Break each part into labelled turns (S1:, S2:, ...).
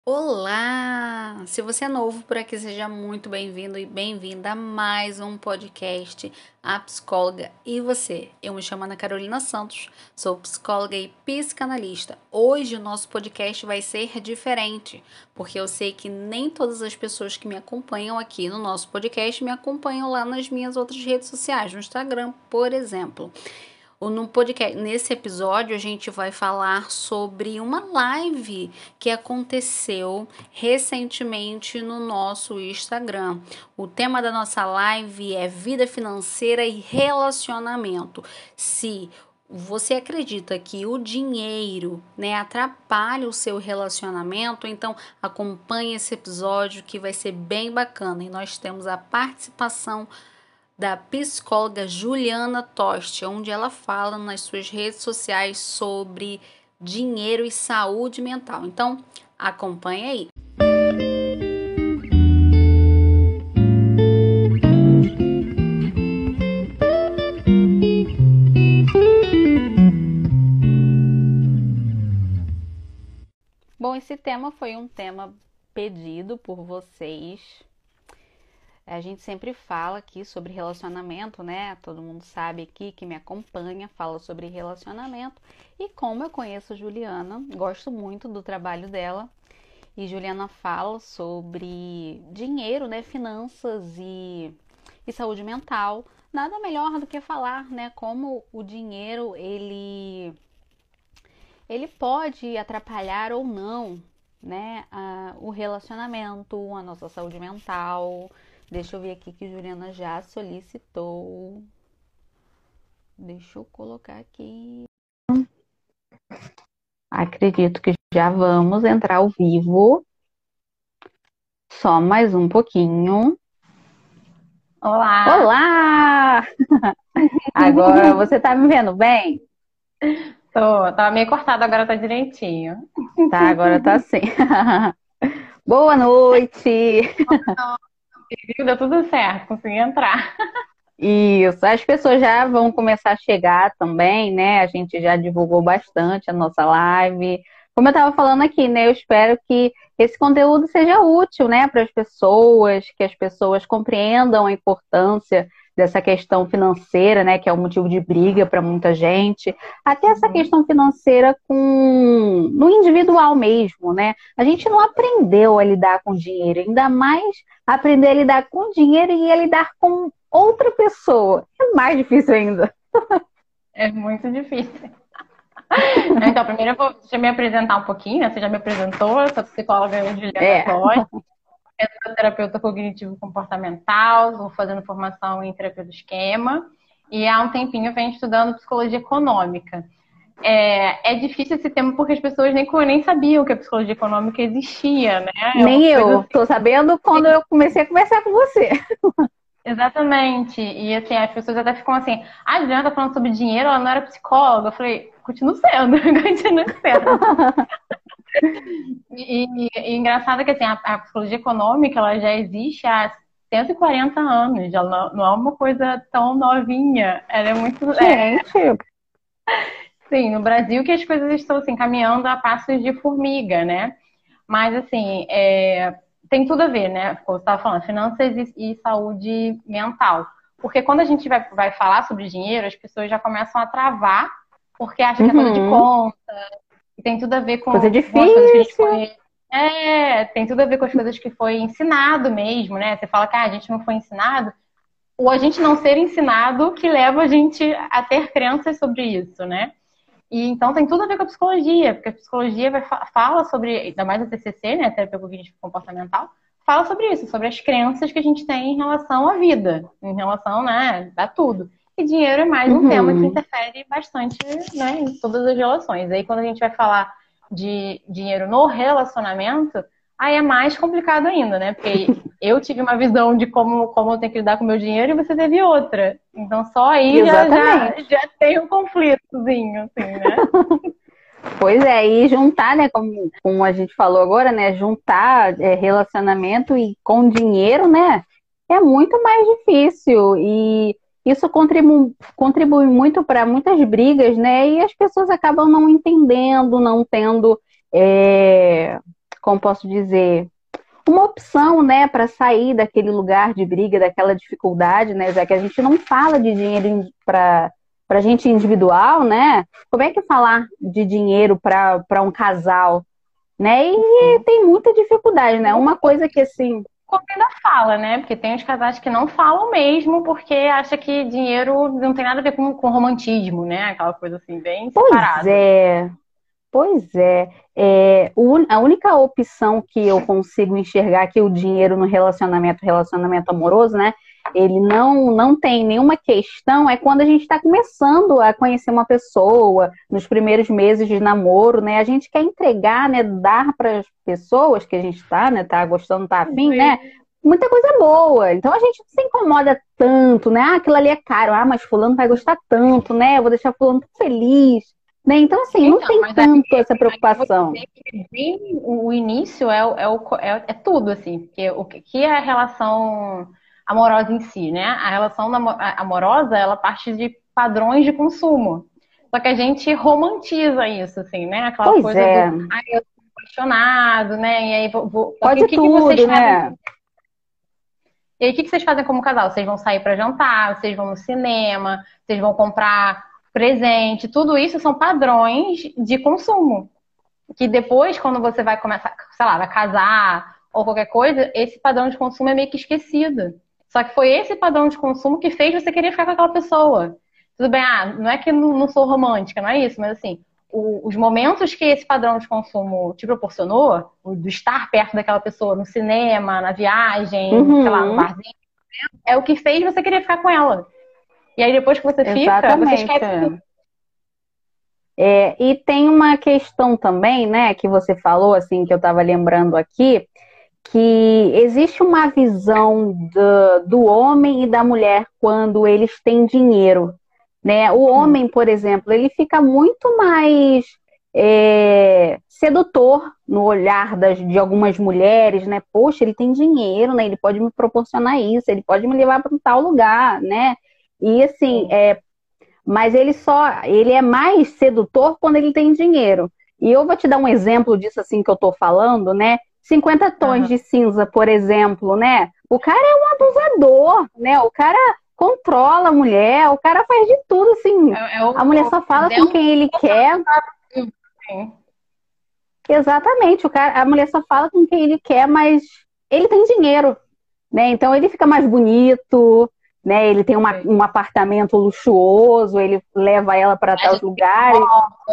S1: Olá! Se você é novo por aqui, seja muito bem-vindo e bem-vinda a mais um podcast A Psicóloga e Você. Eu me chamo Ana Carolina Santos, sou psicóloga e psicanalista. Hoje o nosso podcast vai ser diferente, porque eu sei que nem todas as pessoas que me acompanham aqui no nosso podcast me acompanham lá nas minhas outras redes sociais, no Instagram, por exemplo. No podcast, nesse episódio, a gente vai falar sobre uma live que aconteceu recentemente no nosso Instagram. O tema da nossa live é vida financeira e relacionamento. Se você acredita que o dinheiro, atrapalha o seu relacionamento, então acompanhe esse episódio que vai ser bem bacana. E nós temos a participação da psicóloga Juliana Tosti, onde ela fala nas suas redes sociais sobre dinheiro e saúde mental. Então, acompanhe aí. Bom, esse tema foi um tema pedido por vocês. A gente sempre fala aqui sobre relacionamento, né? Todo mundo sabe aqui que me acompanha, fala sobre relacionamento. E como eu conheço a Juliana, gosto muito do trabalho dela. E Juliana fala sobre dinheiro, né? Finanças e saúde mental. Nada melhor do que falar, né? Como o dinheiro, ele pode atrapalhar ou não, né? O relacionamento, a nossa saúde mental. Deixa eu ver aqui que Juliana já solicitou. Deixa eu colocar aqui. Acredito que já vamos entrar ao vivo. Só mais um pouquinho.
S2: Olá!
S1: Olá! Agora você tá me vendo bem?
S2: Tava meio cortado, agora tá direitinho.
S1: Tá, agora tá sim. Boa noite!
S2: Deu tudo certo, consegui entrar.
S1: Isso, as pessoas já vão começar a chegar também, né? A gente já divulgou bastante a nossa live. Como eu estava falando aqui, né? Eu espero que esse conteúdo seja útil, né, para as pessoas, que as pessoas compreendam a importância dessa questão financeira, né, que é um motivo de briga para muita gente. Até essa questão financeira no individual mesmo, né? A gente não aprendeu a lidar com dinheiro, ainda mais aprender a lidar com dinheiro e a lidar com outra pessoa. É mais difícil ainda.
S2: É muito difícil. Então, primeiro deixa eu me apresentar um pouquinho, né? Você já me apresentou, eu sou psicóloga Juliana Totti, sou terapeuta cognitivo-comportamental, estou fazendo formação em terapia do esquema, e há um tempinho eu venho estudando psicologia econômica. É difícil esse tema porque as pessoas nem sabiam que a psicologia econômica existia, né?
S1: Nem eu. Tô sabendo quando eu comecei a conversar com você.
S2: Exatamente. E assim, as pessoas até ficam assim, a Juliana tá falando sobre dinheiro, ela não era psicóloga. Eu falei, continuo sendo, continuo sendo. E engraçado que assim, a psicologia econômica, ela já existe há 140 anos, ela não é uma coisa tão novinha. Ela é muito.
S1: Gente.
S2: Sim, no Brasil que as coisas estão assim, caminhando a passos de formiga, né? Mas assim, tem tudo a ver, né? Como você estava falando, finanças e saúde mental. Porque quando a gente vai falar sobre dinheiro, as pessoas já começam a travar, porque acham que é coisa de conta, e tem tudo a ver com
S1: Coisa
S2: as coisas que a gente
S1: difícil.
S2: foi. Tem tudo a ver com as coisas que foi ensinado mesmo, né? Você fala que a gente não foi ensinado, ou a gente não ser ensinado que leva a gente a ter crenças sobre isso, né? E então tem tudo a ver com a psicologia, porque a psicologia fala sobre, ainda mais a TCC, né, a terapia cognitivo comportamental, fala sobre isso, sobre as crenças que a gente tem em relação à vida, em relação, né, a tudo. E dinheiro é mais um tema que interfere bastante, né, em todas as relações. Aí quando a gente vai falar de dinheiro no relacionamento, aí é mais complicado ainda, né? Porque eu tive uma visão de como eu tenho que lidar com o meu dinheiro e você teve outra. Então só aí já tem um conflitozinho, assim, né?
S1: Pois é, e juntar, né, como a gente falou agora, né, juntar relacionamento e com dinheiro, né, é muito mais difícil e isso contribui muito para muitas brigas, né, e as pessoas acabam não entendendo, não tendo
S3: como posso dizer, uma opção, né, para sair daquele lugar de briga, daquela dificuldade, né, já que a gente não fala de dinheiro para gente individual, né? Como é que falar de dinheiro para um casal, né? E tem muita dificuldade, né? Uma coisa que assim,
S2: Como ainda fala, né? Porque tem os casais que não falam mesmo, porque acha que dinheiro não tem nada a ver com romantismo, né? Aquela coisa assim, bem
S3: pois
S2: separada.
S3: é. Pois é, a única opção que eu consigo enxergar que o dinheiro no relacionamento amoroso, né? Ele não tem nenhuma questão, é quando a gente está começando a conhecer uma pessoa, nos primeiros meses de namoro, né? A gente quer entregar, né? Dar para as pessoas que a gente está, né? Tá gostando, tá afim, né? Muita coisa boa. Então a gente não se incomoda tanto, né? Ah, aquilo ali é caro, ah, mas fulano vai gostar tanto, né? Eu vou deixar fulano tão feliz. Né? Então, assim, não
S2: Então,
S3: tem
S2: mas
S3: tanto essa
S2: aí você
S3: preocupação.
S2: vê que bem o início é tudo, assim, porque o que é a relação amorosa em si, né? A relação amorosa, ela parte de padrões de consumo. Só que a gente romantiza isso, assim, né? Aquela
S3: Pois
S2: coisa do,
S3: é,
S2: ai, eu tô apaixonado, né? E aí Só que
S3: pode
S2: o que vocês
S3: tudo,
S2: fazem?
S3: né?
S2: E aí, o que vocês fazem como casal? Vocês vão sair para jantar, vocês vão no cinema, vocês vão comprar presente, tudo isso são padrões de consumo. Que depois, quando você vai começar, sei lá, vai casar ou qualquer coisa, esse padrão de consumo é meio que esquecido. Só que foi esse padrão de consumo que fez você querer ficar com aquela pessoa. Tudo bem, não é que eu não sou romântica, não é isso, mas assim, os momentos que esse padrão de consumo te proporcionou, o do estar perto daquela pessoa no cinema, na viagem, sei lá, no
S3: Uhum,
S2: barzinho, é o que fez você querer ficar com ela. E aí depois que você fica, você
S3: exatamente.
S2: esquece tudo.
S3: E tem uma questão também, né, que você falou, assim, que eu estava lembrando aqui, que existe uma visão do homem e da mulher quando eles têm dinheiro, né? O homem, por exemplo, ele fica muito mais sedutor no olhar de algumas mulheres, né? Poxa, ele tem dinheiro, né? Ele pode me proporcionar isso, ele pode me levar para um tal lugar, né? E assim,
S2: Sim.
S3: mas ele é mais sedutor quando ele tem dinheiro. E eu vou te dar um exemplo disso assim que eu tô falando, né? 50 tons
S2: Aham.
S3: de cinza, por exemplo, né? O cara é um abusador, né? O cara controla a mulher, o cara faz de tudo, assim.
S2: É
S3: A mulher só fala com
S2: dentro
S3: quem ele quer.
S2: do. Sim.
S3: Exatamente, a mulher só fala com quem ele quer, mas ele tem dinheiro, né? Então ele fica mais bonito, né? Ele tem um apartamento luxuoso, ele leva ela para
S2: A
S3: tais
S2: gente
S3: lugares.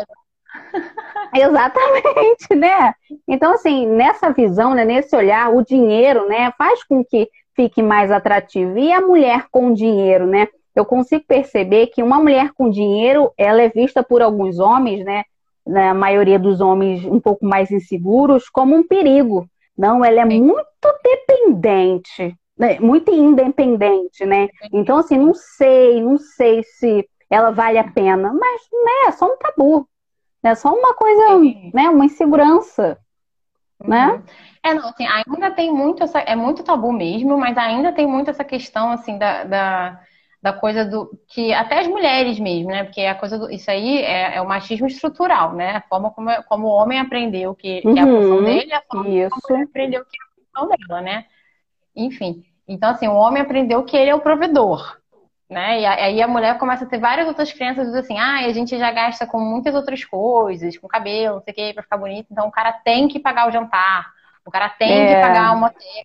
S3: Exatamente, né? Então, assim, nessa visão, né, nesse olhar, o dinheiro, né, faz com que fique mais atrativo. E a mulher com dinheiro, né? Eu consigo perceber que uma mulher com dinheiro, ela é vista por alguns homens, né, na maioria dos homens um pouco mais inseguros, como um perigo. Não, ela é muito dependente, né, muito independente, né? Então, assim, não sei se ela vale a pena, mas, né, é só um tabu. É só uma coisa,
S2: Sim.
S3: né? Uma insegurança, né?
S2: Uhum. Não, assim, ainda tem muito é muito tabu mesmo, mas ainda tem muito essa questão, assim, da coisa do, que até as mulheres mesmo, né, porque a coisa isso aí é o machismo estrutural, né, a forma como o homem aprendeu que é a função
S3: Uhum,
S2: dele, a forma como a mulher
S3: isso.
S2: aprendeu que é a função dela, né, enfim. Então, assim, o homem aprendeu que ele é o provedor, né? E aí a mulher começa a ter várias outras crenças, assim, a gente já gasta com muitas outras coisas, com cabelo, não sei o que, pra ficar bonito, então o cara tem que pagar o jantar, o cara tem que
S3: É,
S2: pagar o motel,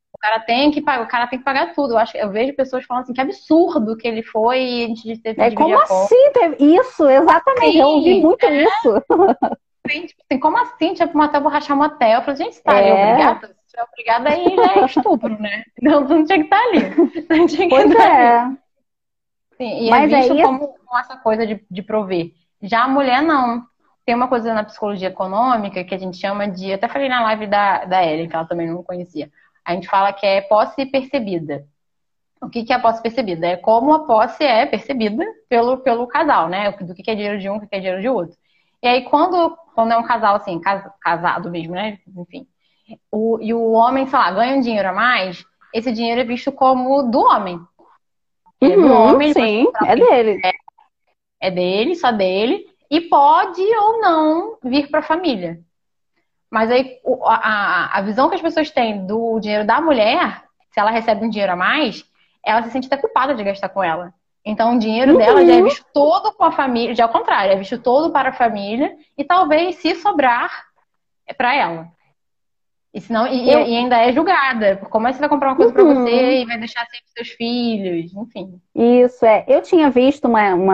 S2: o cara tem que pagar tudo. Eu vejo pessoas falando assim, que absurdo que ele foi e a gente teve que dividir
S3: como
S2: a conta.
S3: assim? Isso, exatamente. Eu ouvi
S2: Sim,
S3: muito isso.
S2: tipo assim, como assim? Tinha que matar, borrachar motel? Eu falei, gente, você tá ali
S3: É,
S2: obrigada? Se tiver obrigada, aí já é estupro, né? Não, tu não tinha que estar ali. Não tinha que
S3: pois
S2: estar ali.
S3: é.
S2: Sim, e é
S3: Mas é
S2: visto
S3: isso.
S2: como essa coisa de prover. Já a mulher, não. Tem uma coisa na psicologia econômica que a gente chama de. Eu até falei na live da Ellen, que ela também não conhecia. A gente fala que é posse percebida. O que é a posse percebida? É como a posse é percebida pelo casal, né? Do que é dinheiro de um, o que é dinheiro de outro. E aí, quando é um casal assim, casado mesmo, né? Enfim. E o homem, sei lá, ganha um dinheiro a mais, esse dinheiro é visto como do homem. Ele é do
S3: Uhum,
S2: homem, ele pode
S3: sim,
S2: comprar o
S3: é
S2: que ele
S3: dele.
S2: é dele, só dele, e pode ou não vir para a família. Mas aí a visão que as pessoas têm do dinheiro da mulher, se ela recebe um dinheiro a mais, ela se sente até culpada de gastar com ela. Então o dinheiro dela já é
S3: Uhum.
S2: visto todo com a família, já ao contrário, é visto todo para a família e talvez se sobrar é para ela. E, senão,
S3: Eu,
S2: e ainda é julgada. Como é que você vai comprar uma coisa para
S3: uhum.
S2: você e vai deixar sempre seus filhos? Enfim.
S3: Isso é. Eu tinha visto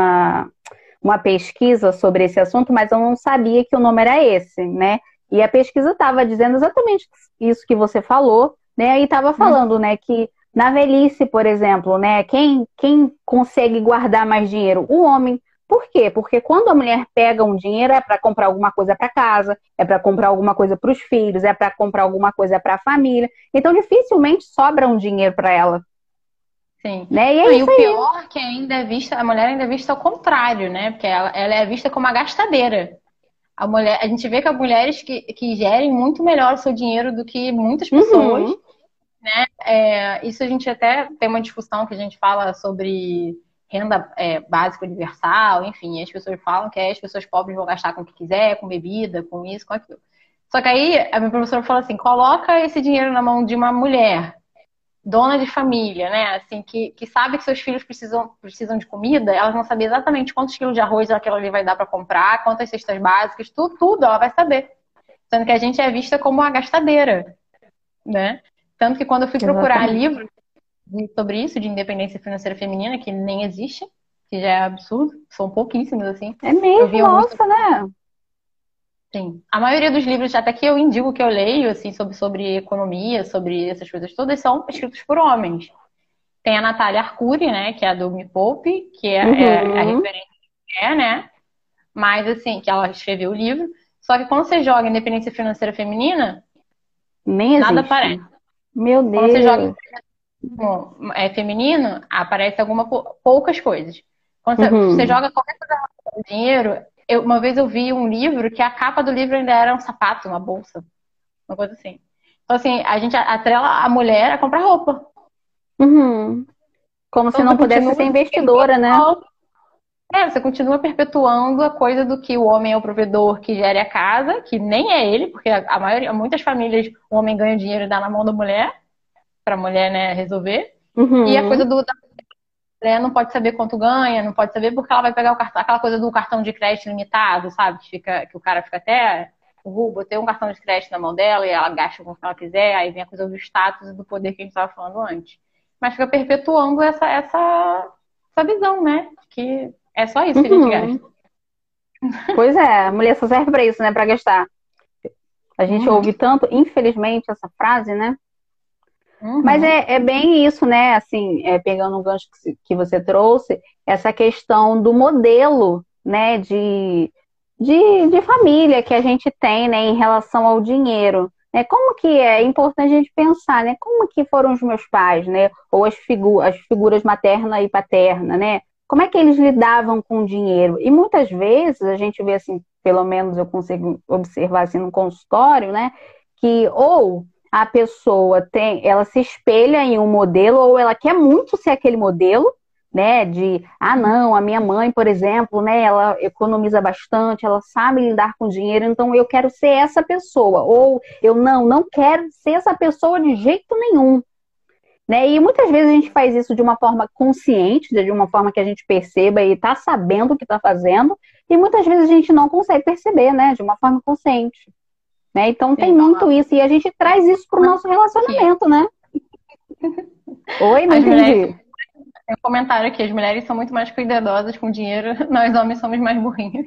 S3: uma pesquisa sobre esse assunto, mas eu não sabia que o nome era esse, né? E a pesquisa estava dizendo exatamente isso que você falou, né? E estava
S2: Uhum.
S3: falando, né, que na velhice, por exemplo, né, quem consegue guardar mais dinheiro? O homem. Por quê? Porque quando a mulher pega um dinheiro é para comprar alguma coisa para casa, é para comprar alguma coisa para os filhos, é para comprar alguma coisa para a família. Então dificilmente sobra um dinheiro para ela,
S2: Sim.
S3: né? E
S2: Não,
S3: é
S2: e
S3: isso
S2: o
S3: aí.
S2: pior é que ainda é vista, a mulher ainda é vista ao contrário, né? Porque ela é vista como a gastadeira. A gente vê que as mulheres que gerem muito melhor o seu dinheiro do que muitas pessoas.
S3: Uhum.
S2: Isso a gente até tem uma discussão que a gente fala sobre renda básica universal, enfim, e as pessoas falam que as pessoas pobres vão gastar com o que quiser, com bebida, com isso, com aquilo. Só que aí a minha professora fala assim: coloca esse dinheiro na mão de uma mulher, dona de família, né? Assim, que sabe que seus filhos precisam de comida, elas vão saber exatamente quantos quilos de arroz aquela ali vai dar para comprar, quantas cestas básicas, tudo ela vai saber. Sendo que a gente é vista como a gastadeira, né? Tanto que quando eu fui procurar
S3: Exatamente.
S2: livros sobre isso, de independência financeira feminina, que nem existe, que já é absurdo, são pouquíssimos, assim.
S3: É
S2: Eu
S3: mesmo,
S2: vi alguns,
S3: nossa, né?
S2: sim. A maioria dos livros, até que eu indico que eu leio, assim, sobre economia, sobre essas coisas todas, são escritos por homens. Tem a Natália Arcuri, né, que é a do Me Poupe, que é a
S3: Uhum.
S2: referência que é, né? Mas, assim, que ela escreveu o livro. Só que quando você joga independência financeira feminina,
S3: Nem
S2: nada
S3: existe.
S2: aparece.
S3: Meu
S2: Quando você joga
S3: Deus.
S2: feminino, aparece poucas coisas. Quando você
S3: Uhum.
S2: joga qualquer coisa com dinheiro, uma vez eu vi um livro que a capa do livro ainda era um sapato, uma bolsa, uma coisa assim. Então, assim, a gente atrela a mulher a comprar roupa.
S3: Uhum. Como se
S2: Então, você
S3: não pudesse
S2: continua
S3: ser investidora, né?
S2: perpetuando, você continua perpetuando a coisa do que o homem é o provedor que gere a casa, que nem é ele, porque a maioria, muitas famílias, o homem ganha dinheiro e dá na mão da mulher, para a mulher, né, resolver. E a coisa
S3: Uhum.
S2: da mulher não pode saber quanto ganha, não pode saber porque ela vai pegar o cartão, aquela coisa do cartão de crédito limitado, sabe? Que o cara fica até. Botei um cartão de crédito na mão dela e ela gasta com o que ela quiser, aí vem a coisa do status e do poder que a gente estava falando antes. Mas fica perpetuando essa visão, né? Que é só isso que a gente gasta.
S3: Uhum. Pois é, a mulher só serve pra isso, né? Pra gastar. A gente
S2: Uhum,
S3: ouve tanto, infelizmente, essa frase, né? Mas
S2: uhum,
S3: é bem isso, né? Assim, pegando um gancho que você trouxe, essa questão do modelo, né, de família que a gente tem, né, em relação ao dinheiro. Né? Como que é importante a gente pensar, né? Como que foram os meus pais, né? Ou as figuras materna e paterna, né? Como é que eles lidavam com o dinheiro? E muitas vezes a gente vê assim, pelo menos eu consigo observar assim no consultório, né? Que ou a pessoa ela se espelha em um modelo ou ela quer muito ser aquele modelo, né? De, não, a minha mãe, por exemplo, né? Ela economiza bastante, ela sabe lidar com dinheiro, então eu quero ser essa pessoa. Ou eu não quero ser essa pessoa de jeito nenhum. Né? E muitas vezes a gente faz isso de uma forma consciente, de uma forma que a gente perceba e está sabendo o que está fazendo, e muitas vezes a gente não consegue perceber, né? De uma forma consciente. Né? Então tem
S2: sim.
S3: muito isso, e a gente traz isso para o nosso
S2: Aqui,
S3: relacionamento, né? Oi, não
S2: as mulheres,
S3: entendi.
S2: tem um comentário aqui, as mulheres são muito mais cuidadosas com dinheiro, nós homens somos mais burrinhos.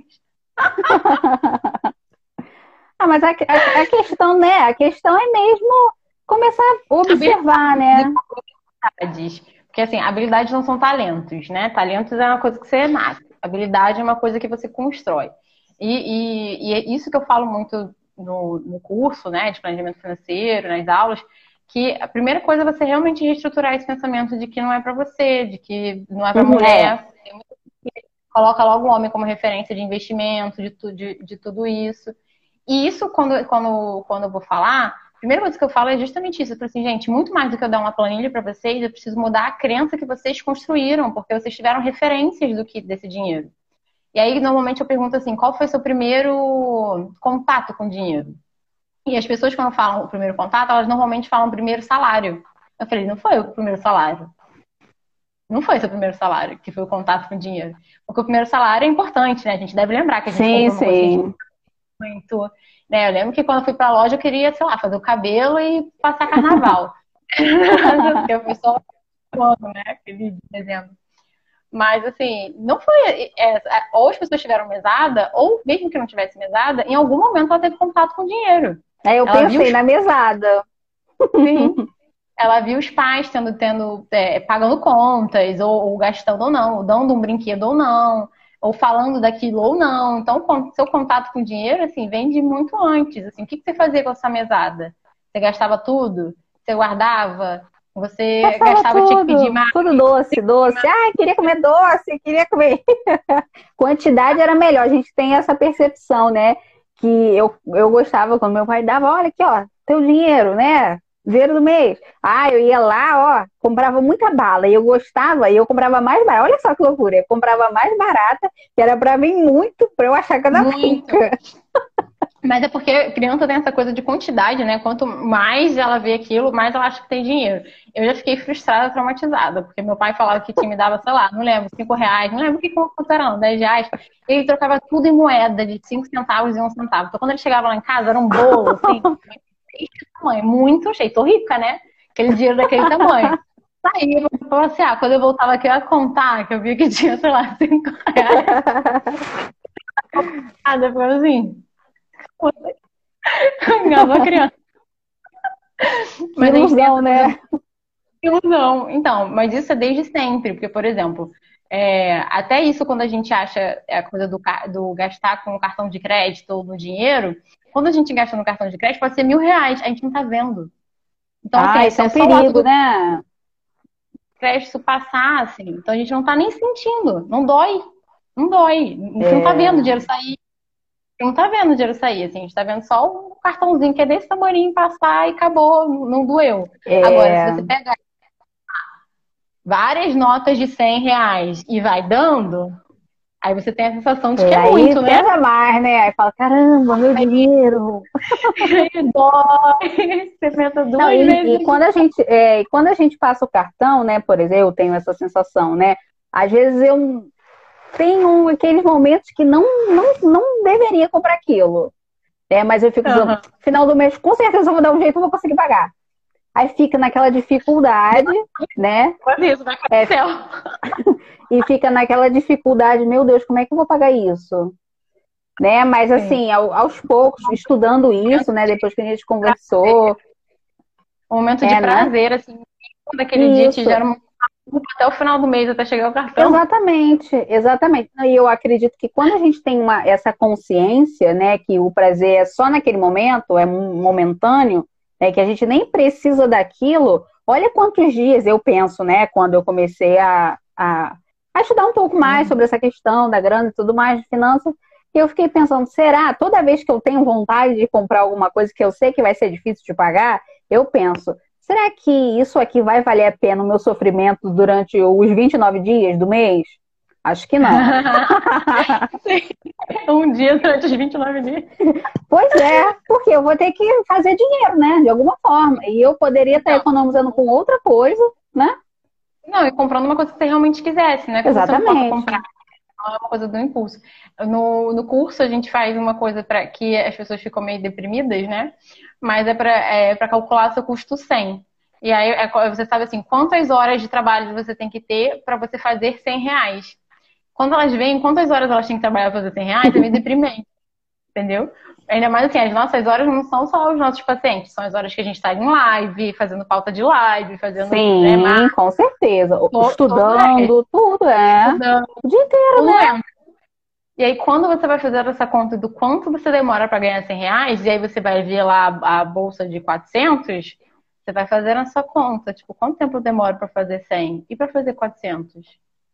S3: Mas a questão, né? A questão é mesmo começar a observar,
S2: Habilidades
S3: né?
S2: habilidades. Porque assim, habilidades não são talentos, né? Talentos é uma coisa que você nasce. Habilidade é uma coisa que você constrói. E é isso que eu falo muito no curso, né, de planejamento financeiro, nas aulas, que a primeira coisa é você realmente reestruturar esse pensamento de que não é para você, de que não é para
S3: É.
S2: mulher. Coloca logo o homem como referência de investimento, de tudo isso. E isso, quando eu vou falar, a primeira coisa que eu falo é justamente isso. Eu falo assim, gente, muito mais do que eu dar uma planilha para vocês, eu preciso mudar a crença que vocês construíram, porque vocês tiveram referências desse dinheiro. E aí, normalmente, eu pergunto assim, qual foi seu primeiro contato com dinheiro? E as pessoas, quando falam o primeiro contato, elas normalmente falam primeiro salário. Eu falei, não foi o primeiro salário. Não foi seu primeiro salário, que foi o contato com o dinheiro. Porque o primeiro salário é importante, né? A gente deve lembrar que a gente
S3: Sim,
S2: comprou uma coisa
S3: sim.
S2: muito, né? Eu lembro que quando eu fui pra loja, eu queria, sei lá, fazer o cabelo e passar carnaval. Porque o pessoal ano, né? Aquele de dezembro. Mas, assim, não foi. Ou as pessoas tiveram mesada, ou mesmo que não tivesse mesada, em algum momento ela teve contato com dinheiro.
S3: Aí eu
S2: Ela viu
S3: pensei na mesada.
S2: sim, ela viu os pais pagando contas, ou gastando ou não, ou dando um brinquedo ou não, ou falando daquilo ou não. Então, seu contato com dinheiro, assim, vem de muito antes. Assim, o que você fazia com essa mesada? Você gastava tudo? Você guardava? Você
S3: Passava
S2: gastava, tinha que pedir mais?
S3: tudo doce, doce. Ai, queria comer doce, queria comer. Quantidade era melhor. A gente tem essa percepção, né? Que eu gostava quando meu pai dava, olha aqui, ó, teu dinheiro, né? Dinheiro do mês. Ah, eu ia lá, ó, comprava muita bala. E eu gostava, e eu comprava mais barata. Olha só que loucura. Eu comprava mais barata, que era pra mim muito, pra eu achar que eu era
S2: Muito.
S3: rica.
S2: Mas é porque criança tem essa coisa de quantidade, né? Quanto mais ela vê aquilo, mais ela acha que tem dinheiro. Eu já fiquei frustrada, traumatizada, porque meu pai falava que me dava, sei lá, não lembro, R$ 5, não lembro o que era, não, R$ 10. Ele trocava tudo em moeda de 5 centavos e 1 centavo. Então quando ele chegava lá em casa, era um bolo, assim, desse tamanho, muito cheio. Tô rica, né? Aquele dinheiro daquele tamanho. Aí eu falava assim, quando eu voltava aqui, eu ia contar, que eu via que tinha, sei lá, R$ 5. Eu ficava assim, enganou a criança.
S3: Que
S2: Mas a gente tem
S3: ilusão,
S2: essa
S3: né?
S2: ilusão. Então, mas isso é desde sempre, porque, por exemplo, até isso quando a gente acha a coisa do gastar com o cartão de crédito ou no dinheiro, quando a gente gasta no cartão de crédito, pode ser R$ 1.000, a gente não tá vendo. Então, assim,
S3: Isso é um
S2: só o lado
S3: perigo,
S2: do
S3: né?
S2: crédito passar, assim. Então a gente não tá nem sentindo. Não dói. Não dói. A gente não tá vendo o
S3: É,
S2: dinheiro sair. Não tá vendo o dinheiro sair, assim, a gente tá vendo só um cartãozinho que é desse tamanho passar e acabou, não doeu. Agora, se
S3: é,
S2: você pegar várias notas de R$ 100 e vai dando, aí você tem a sensação de que é
S3: aí
S2: muito, né?
S3: pesa mais, né? Aí fala, caramba, meu dinheiro.
S2: Aí dói, você pensa
S3: Não,
S2: duas
S3: e
S2: vezes.
S3: quando a gente passa o cartão, né? Por exemplo, eu tenho essa sensação, né? Às vezes eu tenho aqueles momentos que não deveria comprar aquilo. Mas eu fico dizendo,
S2: Aham.
S3: final do mês, com certeza eu vou dar um jeito, eu vou conseguir pagar. Aí fica naquela dificuldade, né?
S2: Quase isso, vai cair
S3: É,
S2: do céu.
S3: e fica naquela dificuldade, meu Deus, como é que eu vou pagar isso? Né? Mas
S2: Sim.
S3: assim, aos poucos, estudando isso, né? Depois que a gente conversou,
S2: Um momento de
S3: né?
S2: prazer, assim, daquele dia te
S3: Isso,
S2: gera uma culpa até o final do mês, até chegar o cartão.
S3: exatamente, exatamente. E eu acredito que quando a gente tem essa consciência, né, que o prazer é só naquele momento, é momentâneo, que a gente nem precisa daquilo. Olha quantos dias eu penso, né, quando eu comecei a estudar um pouco mais sobre essa questão da grana e tudo mais, de finanças, e eu fiquei pensando, será, toda vez que eu tenho vontade de comprar alguma coisa que eu sei que vai ser difícil de pagar, eu penso, será que isso aqui vai valer a pena o meu sofrimento durante os 29 dias do mês? Acho que não.
S2: Um dia durante os 29 dias.
S3: Pois é, porque eu vou ter que fazer dinheiro, né? De alguma forma. E eu poderia estar
S2: Então,
S3: economizando com outra coisa, né?
S2: não, e comprando uma coisa que você realmente quisesse, né? Que você não possa
S3: Exatamente.
S2: comprar, não é uma coisa do impulso. No curso a gente faz uma coisa para que as pessoas ficam meio deprimidas, né? Mas é para calcular seu custo 100. E aí você sabe assim, quantas horas de trabalho você tem que ter para você fazer R$ 100. Quando elas veem quantas horas elas têm que trabalhar para fazer R$ 100, é meio deprimente. Entendeu? Ainda mais assim, as nossas horas não são só os nossos pacientes, são as horas que a gente está em live, fazendo pauta de live, fazendo, né,
S3: Sim, com certeza.
S2: todo
S3: Estudando, tudo é.
S2: estudando,
S3: O dia inteiro,
S2: tudo
S3: né?
S2: entra. E aí, quando você vai fazer essa conta do quanto você demora para ganhar R$ 100, e aí você vai ver lá a bolsa de 400, você vai fazer a sua conta. Tipo, quanto tempo eu demoro para fazer 100 e para fazer 400?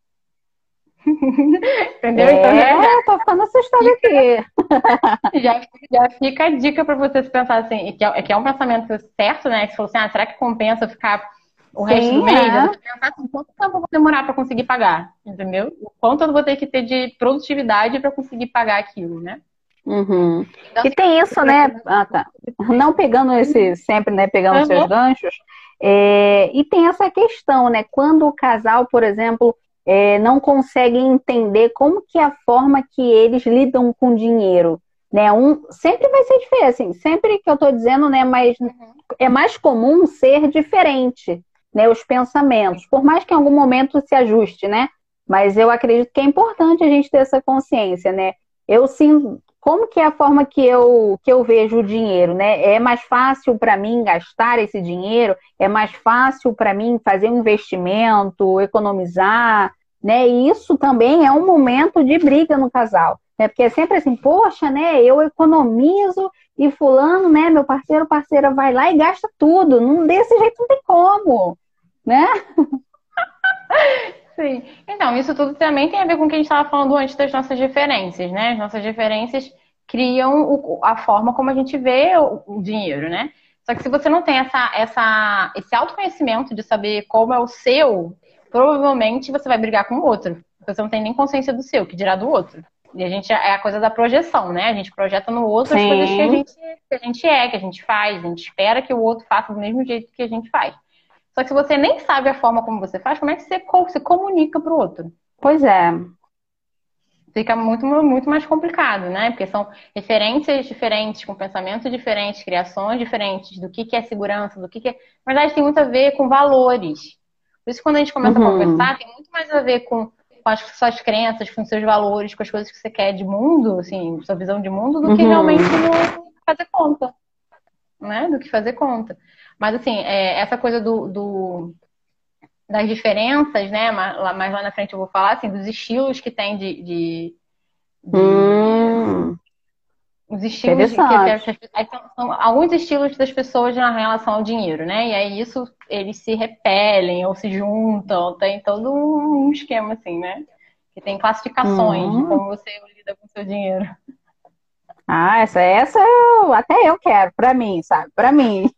S2: Entendeu? Então,
S3: Tô ficando assustada aqui.
S2: já fica a dica para você se pensar assim, que é um pensamento certo, né? Que você falou assim, será que compensa ficar o resto do
S3: Sim,
S2: mês? É
S3: é.
S2: você pensar assim, quanto tempo eu vou demorar para conseguir pagar? Entendeu? O quanto eu vou ter que ter de produtividade para conseguir pagar aquilo, né?
S3: Uhum.
S2: Então,
S3: E tem isso, né? Ah, tá. Não pegando esse, sempre, né? Pegando seus ganchos. E tem essa questão, né? Quando o casal, por exemplo, não consegue entender como que é a forma que eles lidam com dinheiro, né? Sempre vai ser diferente, assim, sempre que eu tô dizendo, né? Mas é mais comum ser diferente, né? Os pensamentos, por mais que em algum momento se ajuste, né? Mas eu acredito que é importante a gente ter essa consciência, né? Eu sim, como que é a forma que eu vejo o dinheiro, né? É mais fácil para mim gastar esse dinheiro? É mais fácil para mim fazer um investimento, economizar, né? E isso também é um momento de briga no casal, né? Porque é sempre assim, poxa, né? Eu economizo e fulano, né? Meu parceiro, parceira vai lá e gasta tudo. Não, desse jeito não tem como, né?
S2: sim. Então, isso tudo também tem a ver com o que a gente estava falando antes das nossas diferenças, né? As nossas diferenças criam a forma como a gente vê o dinheiro, né? Só que se você não tem esse autoconhecimento de saber como é o seu, provavelmente você vai brigar com o outro. Porque você não tem nem consciência do seu, que dirá do outro. E a gente é a coisa da projeção, né? A gente projeta no outro as coisas que a
S3: Sim.
S2: gente é, que a gente faz, a gente espera que o outro faça do mesmo jeito que a gente faz. Só que se você nem sabe a forma como você faz, como é que você se comunica para o outro?
S3: Pois é.
S2: Fica muito, muito mais complicado, né? Porque são referências diferentes, com pensamentos diferentes, criações diferentes do que é segurança, do que é. Na verdade, tem muito a ver com valores. Por isso, que quando a gente começa a conversar, tem muito mais a ver com as suas crenças, com os seus valores, com as coisas que você quer de mundo, assim, sua visão de mundo, do que realmente no fazer conta, né? Do que fazer conta. Mas, assim, essa coisa das diferenças, né? Mas lá na frente eu vou falar, assim, dos estilos que tem os estilos
S3: Interessante.
S2: são alguns estilos das pessoas na relação ao dinheiro, né? E aí isso eles se repelem ou se juntam, tem todo um esquema assim, né? Que tem classificações de como você lida com o seu dinheiro.
S3: Ah, essa até eu quero, pra mim, sabe? Pra mim.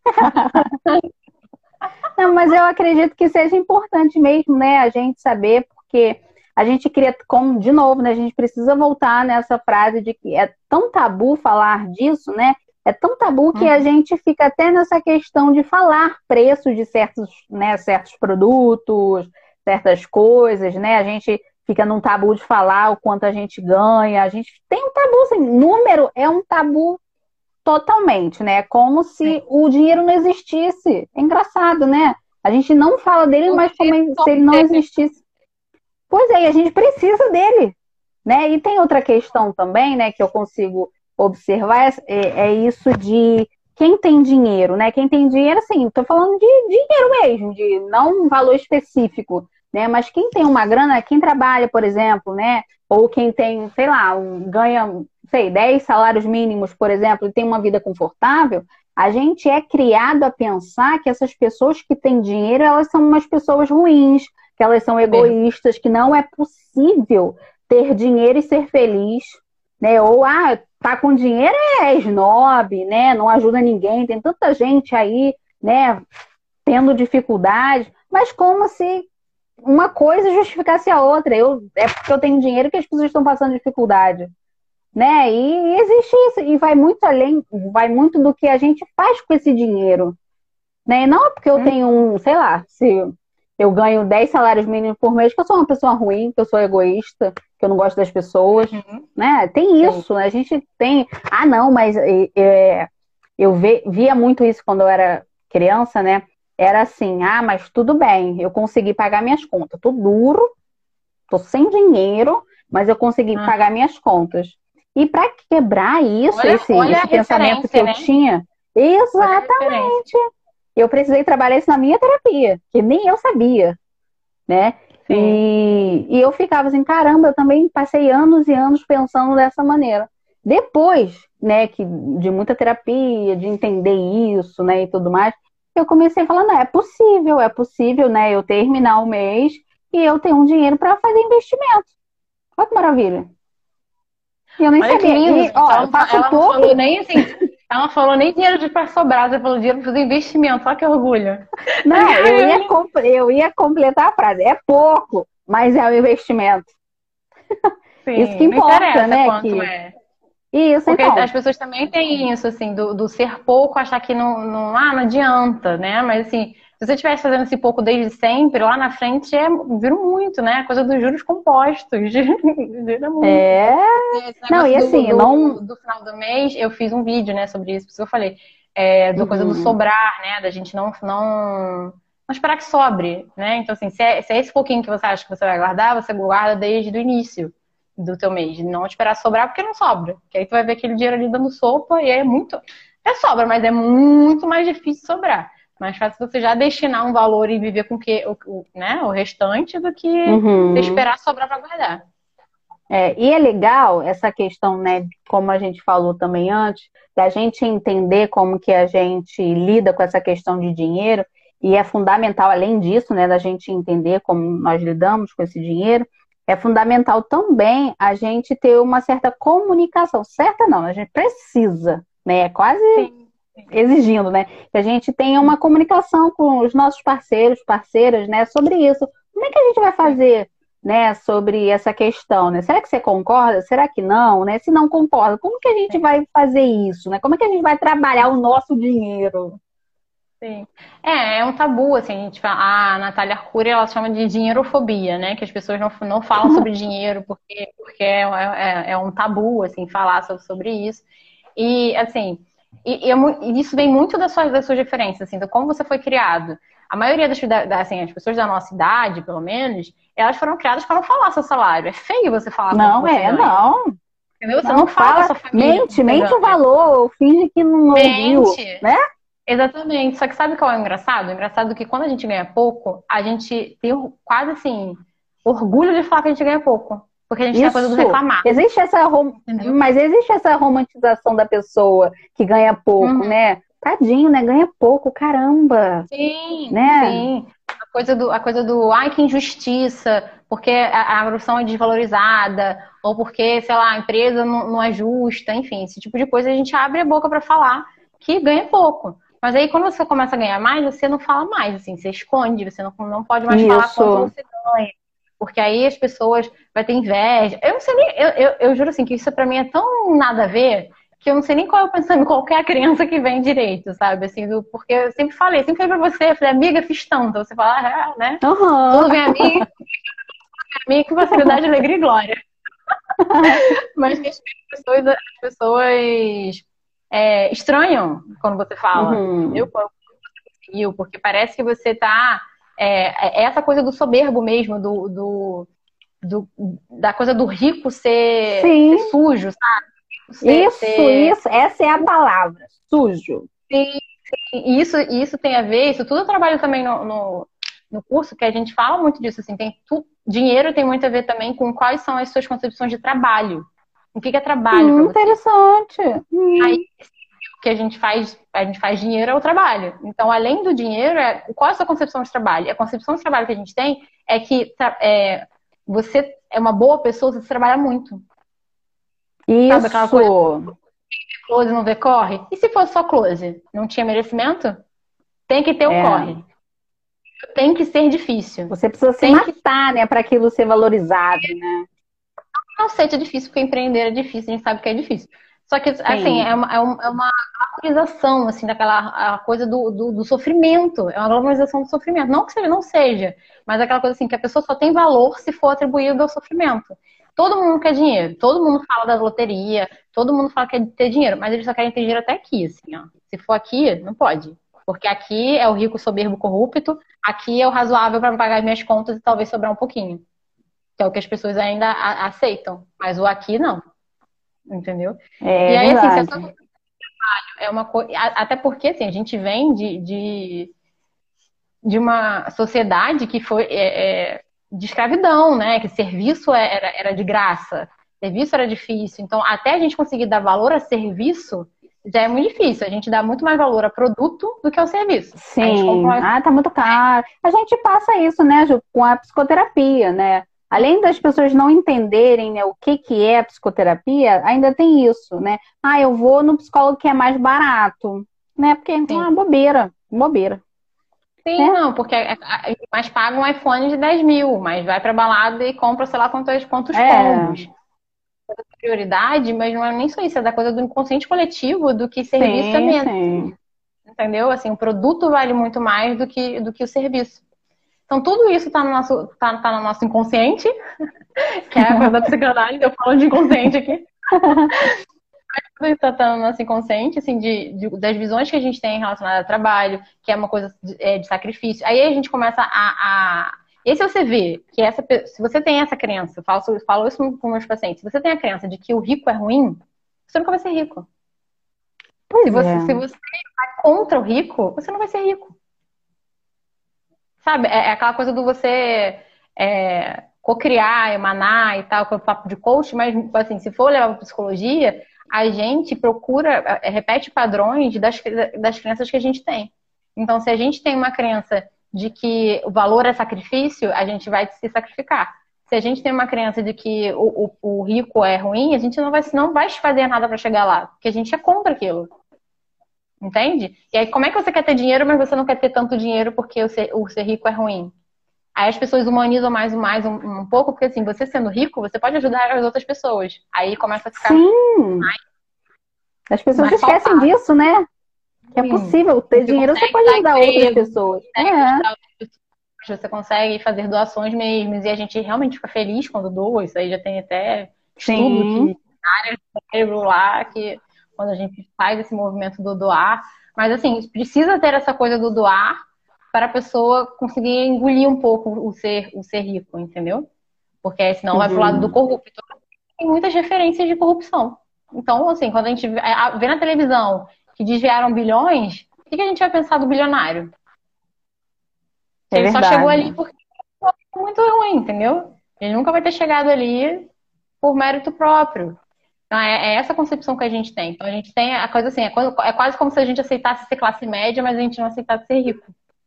S3: Não, mas eu acredito que seja importante mesmo, né, a gente saber, porque a gente cria, como, de novo, né, a gente precisa voltar nessa frase de que é tão tabu falar disso, né? É tão tabu que a gente fica até nessa questão de falar preços de certos produtos, certas coisas, né? A gente fica num tabu de falar o quanto a gente ganha. A gente tem um tabu, assim, número é um tabu totalmente, né? Como se o dinheiro não existisse. É engraçado, né? A gente não fala dele, mas como se ele não existisse. Pois é, e a gente precisa dele, né? E tem outra questão também, né, que eu consigo observar, é isso de quem tem dinheiro, né? Quem tem dinheiro, assim, tô falando de dinheiro mesmo, de não um valor específico, né? Mas quem tem uma grana, quem trabalha, por exemplo, né? Ou quem tem, sei lá, ganha, sei, 10 salários mínimos, por exemplo, e tem uma vida confortável, a gente é criado a pensar que essas pessoas que têm dinheiro, elas são umas pessoas ruins, que elas são egoístas, que não é possível ter dinheiro e ser feliz, né? Ou, tá com dinheiro é snob, né? Não ajuda ninguém, tem tanta gente aí, né, tendo dificuldade, mas como se uma coisa justificasse a outra. É porque eu tenho dinheiro que as pessoas estão passando dificuldade, né? E existe isso, e vai muito além, vai muito do que a gente faz com esse dinheiro, né? E não é porque eu tenho sei lá, se eu ganho 10 salários mínimos por mês, que eu sou uma pessoa ruim, que eu sou egoísta, que eu não gosto das pessoas, né? Tem isso, né? A gente tem... não, mas eu via muito isso quando eu era criança, né? Era assim, mas tudo bem, eu consegui pagar minhas contas. Tô duro, tô sem dinheiro, mas eu consegui pagar minhas contas. E para quebrar isso, esse pensamento que eu tinha... Exatamente! Eu precisei trabalhar isso na minha terapia, que nem eu sabia, né? E eu ficava assim, caramba, eu também passei anos e anos pensando dessa maneira. Depois, né, de muita terapia, de entender isso, né, e tudo mais, eu comecei a falar, não, é possível, né, eu terminar o mês e eu ter um dinheiro para fazer investimento. Olha que maravilha. E eu nem
S2: Olha
S3: sabia.
S2: Que lindo.
S3: Eu faço
S2: ela
S3: pouco.
S2: Não falou nem assim, ela não falou nem dinheiro para sobrar, ela falou dinheiro para fazer investimento. Olha que orgulho.
S3: Não, eu ia completar a frase. É pouco, mas é um investimento.
S2: Sim,
S3: isso que importa, né? Isso,
S2: Porque
S3: então.
S2: as pessoas também têm isso, assim, do ser pouco, achar que não adianta, né? Mas, assim, se você estivesse fazendo esse pouco desde sempre, lá na frente vira muito, né? A coisa dos juros compostos. Vira muito.
S3: É.
S2: Esse
S3: Não,
S2: negócio
S3: e assim, não.
S2: do final do mês, eu fiz um vídeo, né, sobre isso, por isso que eu falei. Do coisa do
S3: Uhum.
S2: sobrar, né? Da gente não esperar que sobre, né? Então, assim, se é esse pouquinho que você acha que você vai guardar, você guarda desde o início do teu mês. Não esperar sobrar, porque não sobra. Porque aí tu vai ver aquele dinheiro ali dando sopa e aí é muito. É sobra, mas é muito mais difícil sobrar. Mais fácil você já destinar um valor e viver com o restante do que
S3: Uhum.
S2: esperar sobrar para guardar.
S3: E é legal essa questão, né, como a gente falou também antes, da gente entender como que a gente lida com essa questão de dinheiro, e é fundamental, além disso, né, da gente entender como nós lidamos com esse dinheiro, é fundamental também a gente ter uma certa comunicação. Certa não, a gente precisa, né, é quase
S2: Sim.
S3: exigindo, né, que a gente tenha uma comunicação com os nossos parceiros, parceiras, né, sobre isso. Como é que a gente vai fazer, né, sobre essa questão, né? Será que você concorda? Será que não, né? Se não concorda, como que a gente vai fazer isso, né? Como é que a gente vai trabalhar o nosso dinheiro?
S2: Sim. É um tabu, assim, a gente fala, a Natália Arcuri, ela chama de dinheirofobia, né? Que as pessoas não falam sobre dinheiro porque é um tabu, assim, falar sobre isso. E, assim, e isso vem muito das suas referências, assim, de como você foi criado. A maioria assim, as pessoas da nossa idade, pelo menos, elas foram criadas para não falar seu salário. É feio você falar quanto
S3: Não,
S2: você ganha.
S3: não.
S2: Entendeu? Você
S3: Não
S2: não fala pra
S3: fala,
S2: sua família quanto você
S3: mente o
S2: ganha.
S3: valor, finge que não ouviu,
S2: Mente.
S3: né?
S2: Exatamente. Só que sabe qual é o engraçado? O engraçado é que quando a gente ganha pouco, a gente tem quase assim, orgulho de falar que a gente ganha pouco. Porque a gente tem a coisa do
S3: Isso.
S2: reclamar.
S3: Existe
S2: Entendeu?
S3: mas existe essa romantização da pessoa que ganha pouco,
S2: Uhum.
S3: né? Tadinho, né? Ganha pouco, caramba,
S2: Sim,
S3: né?
S2: sim. A coisa do ai, que injustiça, porque a profissão é desvalorizada, ou porque, sei lá, a empresa não é justa, enfim, esse tipo de coisa a gente abre a boca para falar que ganha pouco. Mas aí quando você começa a ganhar mais, você não fala mais, assim, você esconde, você não pode mais falar quanto
S3: Isso.
S2: você ganha. Porque aí as pessoas vai ter inveja. Eu não sei nem, eu juro assim, que isso pra mim é tão nada a ver que eu não sei nem qual é o pensamento, qual que é a crença que vem direito, sabe? Assim, porque eu sempre falei pra você, eu falei, amiga, fiz tanto. Você fala, né?
S3: Uhum.
S2: Tudo vem a mim com facilidade, alegria e glória. Mas que as pessoas estranham quando você fala, entendeu?
S3: Uhum.
S2: Quando você conseguiu, porque parece que você tá. Essa coisa do soberbo mesmo, da coisa do rico ser
S3: Sim,
S2: sujo, sabe?
S3: isso, essa é a palavra, sujo.
S2: Sim, e isso tem a ver, isso tudo eu trabalho também no curso, que a gente fala muito disso, assim, dinheiro tem muito a ver também com quais são as suas concepções de trabalho. O que é trabalho para você?
S3: Interessante.
S2: Aí, o que a gente faz dinheiro é o trabalho. Então, além do dinheiro, qual é a sua concepção de trabalho? A concepção de trabalho que a gente tem é que você é uma boa pessoa se você trabalha muito. Sabe aquela coisa,
S3: Isso.
S2: close não vê corre? E se fosse só close? Não tinha merecimento? Tem que ter o
S3: É.
S2: corre. Tem que ser difícil.
S3: Você precisa se
S2: Tem que
S3: matar, né, para aquilo ser valorizado, né?
S2: não ser difícil, porque empreender é difícil, a gente sabe que é difícil. Só que, assim,
S3: Sim.
S2: é uma glamorização, assim, daquela a coisa do sofrimento. É uma glamorização do sofrimento. Não que não seja, mas aquela coisa assim, que a pessoa só tem valor se for atribuído ao sofrimento. Todo mundo quer dinheiro, todo mundo fala da loteria, todo mundo fala que quer ter dinheiro, mas eles só querem ter dinheiro até aqui, assim, ó. Se for aqui, não pode. Porque aqui é o rico, soberbo, corrupto, aqui é o razoável para pagar minhas contas e talvez sobrar um pouquinho. Que é o que as pessoas ainda aceitam. Mas o aqui não. Entendeu? E
S3: É
S2: aí, assim, se a sua
S3: verdade.
S2: é uma coisa. Até porque, assim, a gente vem de uma sociedade que foi de escravidão, né? Que serviço era de graça, serviço era difícil. Então, até a gente conseguir dar valor a serviço, já é muito difícil. A gente dá muito mais valor a produto do que ao serviço. A gente compra
S3: Sim. Ah, tá muito caro. A gente passa isso, né, Ju, com a psicoterapia, né? Além das pessoas não entenderem, né, o que é a psicoterapia, ainda tem isso, né? Ah, eu vou no psicólogo que é mais barato, né? Porque,
S2: sim.
S3: bobeira, bobeira,
S2: Sim,
S3: né?
S2: não, porque mas paga um iPhone de 10 mil, mas vai pra balada e compra, sei lá, quantos
S3: É,
S2: combos. coisa da prioridade, mas não é nem só isso, é da coisa do inconsciente coletivo, do que serviço é menos.
S3: Sim.
S2: Entendeu? Assim, o produto vale muito mais do que o serviço. Então, tudo isso tá no nosso inconsciente, que é a coisa da psicanálise, eu falo de inconsciente aqui. Tudo isso tá no nosso inconsciente, assim, das visões que a gente tem relacionadas ao trabalho, que é uma coisa de sacrifício. Aí a gente começa E aí, se você vê que se você tem essa crença, eu falo isso com meus pacientes, se você tem a crença de que o rico é ruim, você nunca vai ser rico.
S3: Pois
S2: Se você vai contra o rico, você não vai ser rico. Sabe? É aquela coisa do você cocriar, emanar e tal, que é o papo de coach, mas assim, se for levar para psicologia, a gente procura, repete padrões das crenças que a gente tem. Então, se a gente tem uma crença de que o valor é sacrifício, a gente vai se sacrificar. Se a gente tem uma crença de que o rico é ruim, a gente não vai fazer nada para chegar lá, porque a gente é contra aquilo. Entende? E aí, como é que você quer ter dinheiro, mas você não quer ter tanto dinheiro porque o ser rico é ruim? Aí as pessoas humanizam mais um pouco, porque assim, você sendo rico, você pode ajudar as outras pessoas. Aí começa a ficar
S3: Sim. As pessoas esquecem disso, né? Que é possível ter dinheiro, você pode ajudar outras pessoas.
S2: Você consegue fazer doações mesmo, e a gente realmente fica feliz quando doa. Isso aí já tem até estudo que área do cérebro lá, que quando a gente faz esse movimento do doar. Mas assim, precisa ter essa coisa do doar para a pessoa conseguir engolir um pouco o ser rico, entendeu? Porque senão vai pro lado do corrupto. Tem muitas referências de corrupção. Então, assim, quando a gente vê na televisão que desviaram bilhões, o que a gente vai pensar do bilionário? Ele só chegou ali porque foi muito ruim, entendeu? Ele nunca vai ter chegado ali por mérito próprio. Então, é essa concepção que a gente tem. Então, a gente tem a coisa assim, é quase como se a gente aceitasse ser classe média, mas a gente não aceitasse ser rico.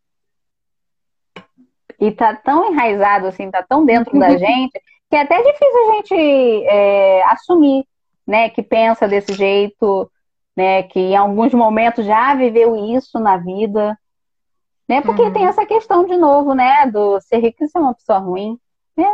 S3: E tá tão enraizado, assim, tá tão dentro da gente, que é até difícil a gente assumir, né, que pensa desse jeito, né, que em alguns momentos já viveu isso na vida, né, porque tem essa questão de novo, né, do ser rico e ser uma pessoa ruim, né,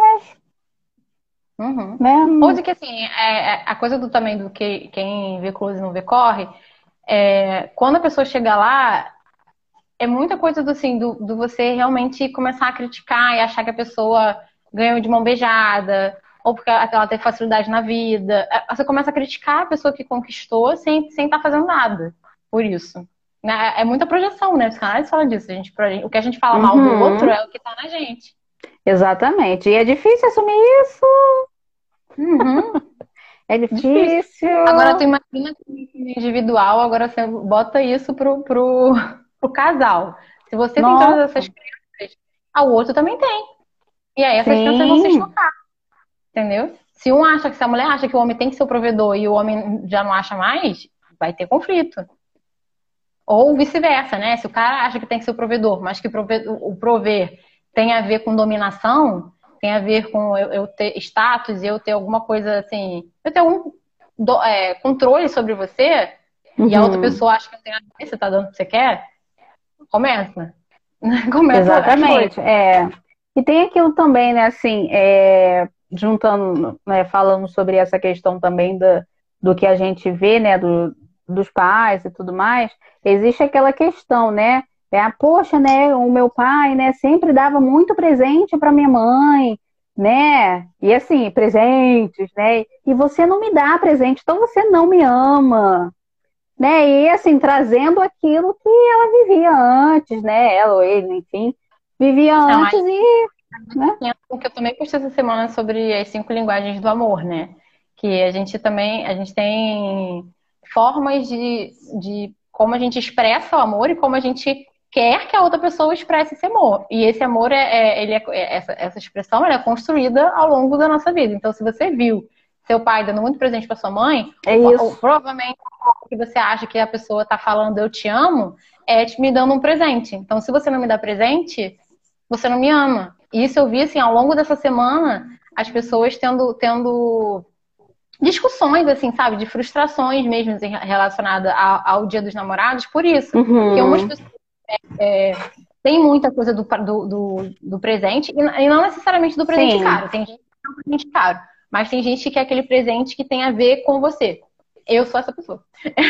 S2: né? Ou de que, assim, a coisa também do que quem vê close não vê corre, quando a pessoa chega lá, é muita coisa do você realmente começar a criticar e achar que a pessoa ganhou de mão beijada, ou porque ela teve facilidade na vida. Você começa a criticar a pessoa que conquistou sem estar fazendo nada por isso. É muita projeção, né? Os canais falam disso. O que a gente fala mal do outro é o que tá na gente.
S3: Exatamente. E é difícil assumir isso. É difícil.
S2: Agora tu imagina que individual, agora você bota isso pro casal. Se você tem todas essas crenças, o outro também tem. E aí essas crenças vão se chocar. Entendeu? Se a mulher acha que o homem tem que ser o provedor e o homem já não acha mais, vai ter conflito. Ou vice-versa, né? Se o cara acha que tem que ser o provedor, mas que o prover tem a ver com dominação, tem a ver com eu ter status e eu ter alguma coisa assim, eu ter algum controle sobre você, e a outra pessoa acha que não tem nada a ver, você tá dando o que você quer, começa.
S3: Exatamente. E tem aquilo também, né, assim, juntando, né, falando sobre essa questão também do que a gente vê, né, dos pais e tudo mais, existe aquela questão, né, poxa, né, o meu pai, né, sempre dava muito presente para minha mãe, né, e assim, presentes, né, e você não me dá presente, então você não me ama, né, e assim, trazendo aquilo que ela vivia antes, né, ela ou ele, enfim, vivia antes né?
S2: Que eu também postei essa semana sobre as 5 linguagens do amor, né, que a gente tem formas de como a gente expressa o amor e como a gente quer que a outra pessoa expresse esse amor. E esse amor, essa expressão, ela é construída ao longo da nossa vida. Então, se você viu seu pai dando muito presente para sua mãe, provavelmente o que você acha que a pessoa está falando eu te amo, me dando um presente. Então, se você não me dá presente, você não me ama. E isso eu vi, assim, ao longo dessa semana, as pessoas tendo discussões, assim, sabe, de frustrações mesmo relacionadas ao Dia dos Namorados, por isso. Porque umas pessoas têm muita coisa do presente, e não necessariamente do presente caro. Tem gente que tem um presente caro. Mas tem gente que quer aquele presente que tem a ver com você. Eu sou essa pessoa.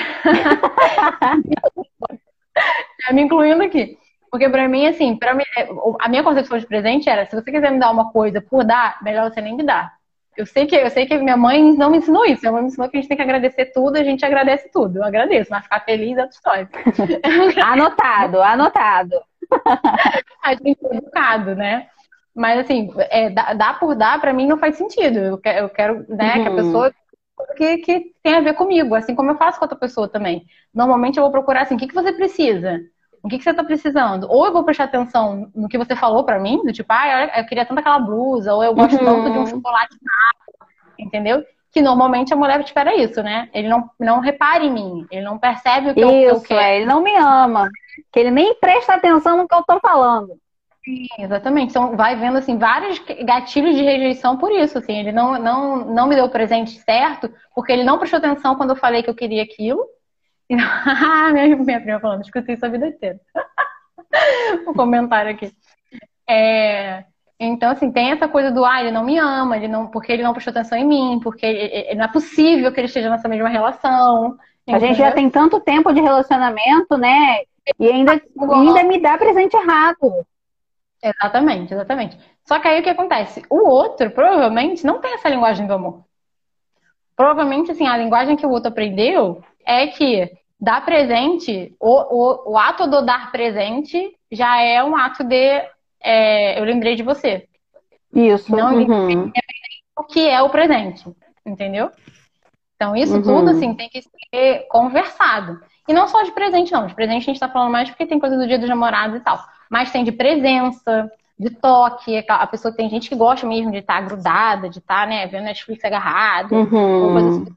S2: Me incluindo aqui. Porque pra mim, assim, a minha concepção de presente era, se você quiser me dar uma coisa por dar, melhor você nem me dar. Eu sei que minha mãe não me ensinou isso. Minha mãe me ensinou que a gente tem que agradecer tudo, a gente agradece tudo. Eu agradeço, mas ficar feliz é outra história.
S3: Anotado, anotado.
S2: A gente é educado, né? Mas assim, dar por dar, pra mim não faz sentido. Eu quero, né, que a pessoa que tem a ver comigo, assim como eu faço com outra pessoa também. Normalmente eu vou procurar assim, o que você precisa? O que você tá precisando? Ou eu vou prestar atenção no que você falou pra mim, do tipo, eu queria tanto aquela blusa, ou eu gosto tanto de um chocolate, entendeu? Que normalmente a mulher espera isso, né? Ele não repara em mim, ele não percebe o que eu quero.
S3: Ele não me ama, que ele nem presta atenção no que eu tô falando.
S2: Sim, exatamente. Então, vai vendo, assim, vários gatilhos de rejeição por isso, assim. Ele não me deu o presente certo, porque ele não prestou atenção quando eu falei que eu queria aquilo. Minha prima falando, escutei isso a vida inteira. Um comentário aqui. Então, assim, tem essa coisa do, ele não me ama, porque ele não prestou atenção em mim, porque não é possível que ele esteja nessa mesma relação.
S3: A gente já tem tanto tempo de relacionamento, né? E ainda me dá presente errado.
S2: Exatamente, exatamente. Só que aí o que acontece? O outro, provavelmente, não tem essa linguagem do amor. Provavelmente, assim, a linguagem que o outro aprendeu é que dar presente, o ato do dar presente já é um ato de eu lembrei de você.
S3: Isso.
S2: Não o que é o presente, entendeu? Então, isso tudo, assim, tem que ser conversado. E não só de presente, não. De presente a gente tá falando mais porque tem coisa do dia dos namorados e tal. Mas tem de presença, de toque. A pessoa tem gente que gosta mesmo de estar grudada, de estar, né, vendo Netflix agarrado. Ou coisa assim.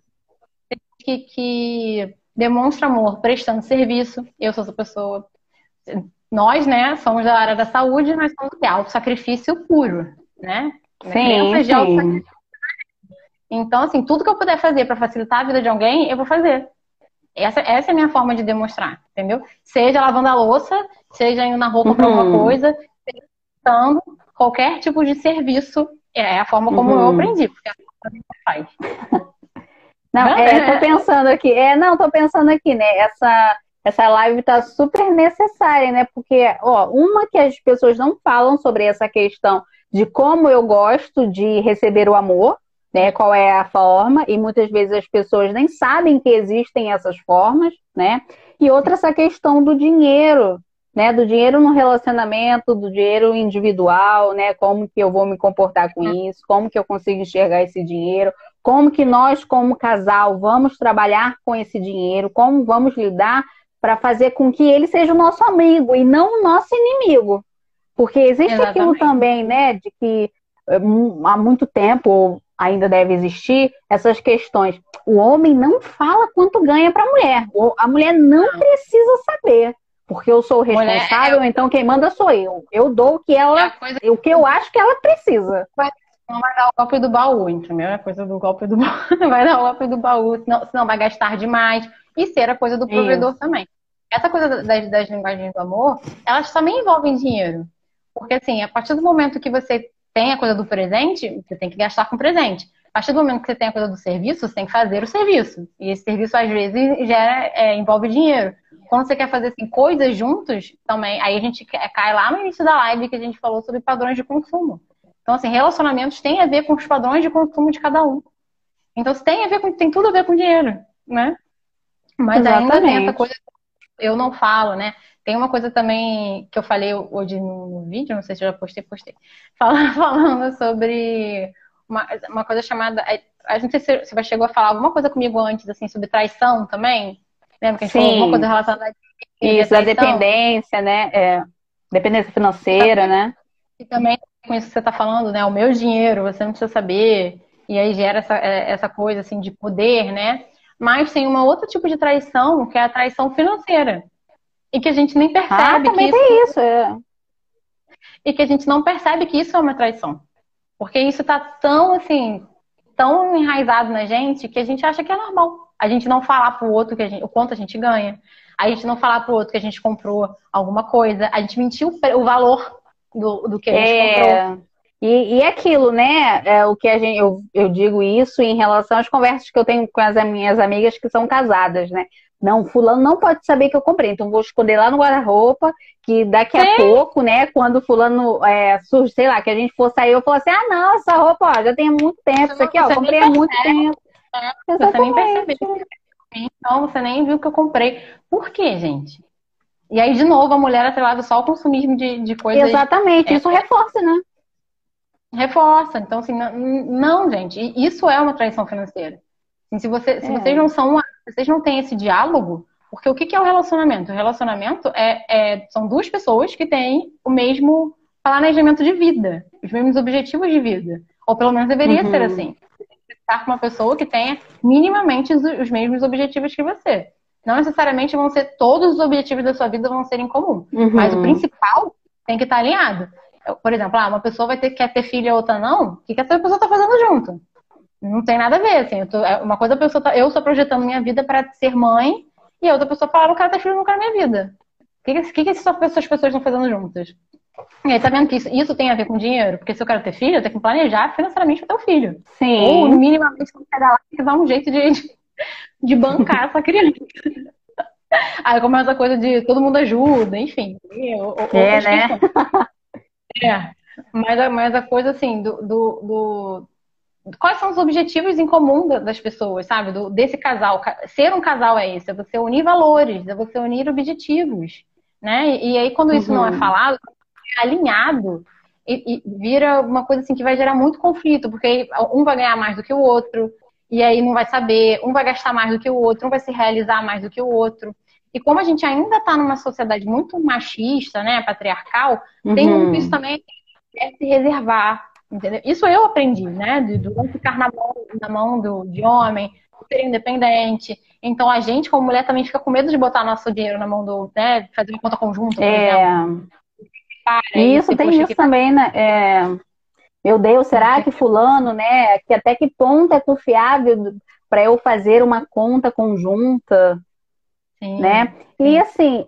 S2: Que demonstra amor prestando serviço. Eu sou essa pessoa. Nós, né, somos da área da saúde, nós somos de auto-sacrifício puro, né?
S3: Sim.
S2: Então, assim, tudo que eu puder fazer para facilitar a vida de alguém, eu vou fazer. Essa é a minha forma de demonstrar, entendeu? Seja lavando a louça, seja indo na roupa para alguma coisa, seja dando qualquer tipo de serviço. É a forma como eu aprendi, porque é a forma que a gente faz.
S3: Não, tô pensando aqui. Tô pensando aqui, né? Essa live tá super necessária, né? Porque, uma que as pessoas não falam sobre essa questão de como eu gosto de receber o amor, né? Qual é a forma, e muitas vezes as pessoas nem sabem que existem essas formas, né? E outra, essa questão do dinheiro, né? Do dinheiro no relacionamento, do dinheiro individual, né? Como que eu vou me comportar com isso, como que eu consigo enxergar esse dinheiro, como que nós, como casal, vamos trabalhar com esse dinheiro, como vamos lidar para fazer com que ele seja o nosso amigo e não o nosso inimigo. Porque existe aquilo também, né? De que há muito tempo ainda deve existir essas questões. O homem não fala quanto ganha para a mulher. A mulher não precisa saber. Porque eu sou o responsável, então quem manda sou eu. Eu dou o que o que eu acho que ela precisa.
S2: Não vai dar o golpe do baú, entendeu? É coisa do golpe do baú. Vai dar o golpe do baú, senão vai gastar demais. E ser a coisa do provedor também. Essa coisa das linguagens do amor, elas também envolvem dinheiro. Porque, assim, a partir do momento que você tem a coisa do presente, você tem que gastar com presente. A partir do momento que você tem a coisa do serviço, você tem que fazer o serviço. E esse serviço, às vezes, envolve dinheiro. Quando você quer fazer assim, coisas juntos, também, aí a gente cai lá no início da live que a gente falou sobre padrões de consumo. Então, assim, relacionamentos têm a ver com os padrões de consumo de cada um. Então, tem tudo a ver com dinheiro, né? Mas ainda tem essa coisa que eu não falo, né? Tem uma coisa também que eu falei hoje no vídeo, não sei se eu já postei. Falando sobre uma coisa chamada... A gente não sei se você chegou a falar alguma coisa comigo antes, assim, sobre traição também. Lembra que a gente falou alguma coisa relacionada a
S3: isso, a dependência, né? Dependência financeira, né?
S2: E também com isso que você está falando, né? O meu dinheiro, você não precisa saber. E aí gera essa coisa, assim, de poder, né? Mas tem um outro tipo de traição, que é a traição financeira. E que a gente nem percebe
S3: também tem isso.
S2: E que a gente não percebe que isso é uma traição. Porque isso tá tão, assim, tão enraizado na gente que a gente acha que é normal. A gente não falar pro outro o quanto a gente ganha. A gente não falar pro outro que a gente comprou alguma coisa. A gente mentiu o valor do que a gente comprou.
S3: E é aquilo, né? É o que eu digo isso em relação às conversas que eu tenho com as minhas amigas que são casadas, né? Não, fulano não pode saber que eu comprei, então vou esconder lá no guarda-roupa, que daqui a pouco, né, quando fulano surge, sei lá, que a gente for sair, eu falo assim, ah, não, essa roupa, ó, já tem muito tempo, isso aqui, ó, eu comprei há muito tempo.
S2: Você nem percebeu. Então, você nem viu que eu comprei. Por quê, gente? E aí, de novo, a mulher atrelada só ao consumismo de coisas.
S3: Exatamente, isso reforça, né?
S2: Reforça. Então, assim, não, gente, isso é uma traição financeira. Assim, se vocês não são, se vocês não têm esse diálogo, porque o que é o relacionamento? O relacionamento são duas pessoas que têm o mesmo planejamento de vida, os mesmos objetivos de vida. Ou pelo menos deveria ser assim. Estar com uma pessoa que tenha minimamente os mesmos objetivos que você. Não necessariamente vão ser todos os objetivos da sua vida vão ser em comum. Mas o principal tem que estar alinhado. Por exemplo, uma pessoa quer ter filho e a outra não. O que essa pessoa está fazendo junto? Não tem nada a ver, assim. Uma coisa eu estou projetando minha vida para ser mãe e a outra pessoa fala, eu quero ter filho, não quero minha vida. O que essas pessoas estão fazendo juntas? E aí, tá vendo que isso tem a ver com dinheiro? Porque se eu quero ter filho, eu tenho que planejar financeiramente para ter o filho.
S3: Sim.
S2: Ou, minimamente, quando chegar lá, tem que dar um jeito de bancar essa criança. Aí começa a coisa de todo mundo ajuda, enfim.
S3: Né?
S2: Mas a coisa, assim, quais são os objetivos em comum das pessoas, sabe? Desse casal. Ser um casal é isso, é você unir valores, é você unir objetivos, né? E aí, quando isso não é falado, é alinhado, e vira uma coisa assim que vai gerar muito conflito, porque aí um vai ganhar mais do que o outro, e aí não vai saber, um vai gastar mais do que o outro, um vai se realizar mais do que o outro. E como a gente ainda está numa sociedade muito machista, né, patriarcal, tem muito isso também, se reservar. Entendeu? Isso eu aprendi, né? De não ficar na mão de homem, ser independente. Então a gente, como mulher, também fica com medo de botar nosso dinheiro na mão né? Fazer uma conta conjunta, por exemplo.
S3: Isso, tem isso também, né? Meu Deus, será que fulano, né? Que até que ponto é confiável para eu fazer uma conta conjunta? Sim, né? Sim. E assim,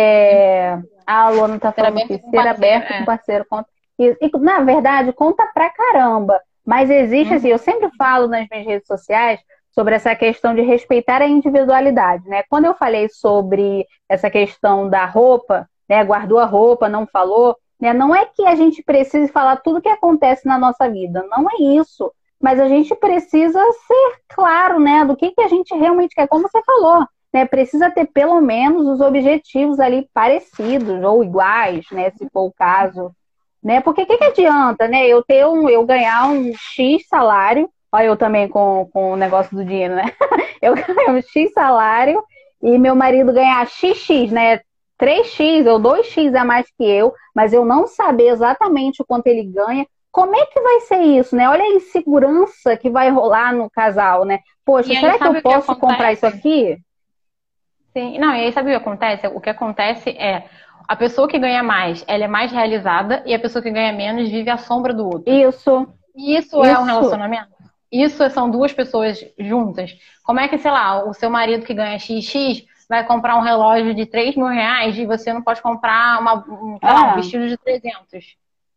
S3: a Luana tá falando que ser aberto com parceiro conta. E, na verdade, conta pra caramba. Mas existe, assim, eu sempre falo nas minhas redes sociais sobre essa questão de respeitar a individualidade, né? Quando eu falei sobre essa questão da roupa, né? Guardou a roupa, não falou, né? Não é que a gente precise falar tudo o que acontece na nossa vida, não é isso. Mas a gente precisa ser claro, né? Do que a gente realmente quer, como você falou, né? Precisa ter pelo menos os objetivos ali parecidos ou iguais, né? Se for o caso. Né? Porque o que adianta, né? Eu ganhar um X salário, olha eu também com o negócio do dinheiro, né? Eu ganho um X salário e meu marido ganhar XX, né? 3X ou 2X a mais que eu, mas eu não saber exatamente o quanto ele ganha. Como é que vai ser isso, né? Olha a insegurança que vai rolar no casal, né? Poxa, será que eu posso comprar isso aqui?
S2: Sim, não, e aí sabe o que acontece? O que acontece é a pessoa que ganha mais, ela é mais realizada e a pessoa que ganha menos vive à sombra do outro. Isso é um relacionamento? Isso são duas pessoas juntas. Como é que, sei lá, o seu marido que ganha XX vai comprar um relógio de 3 mil reais e você não pode comprar um vestido de 300?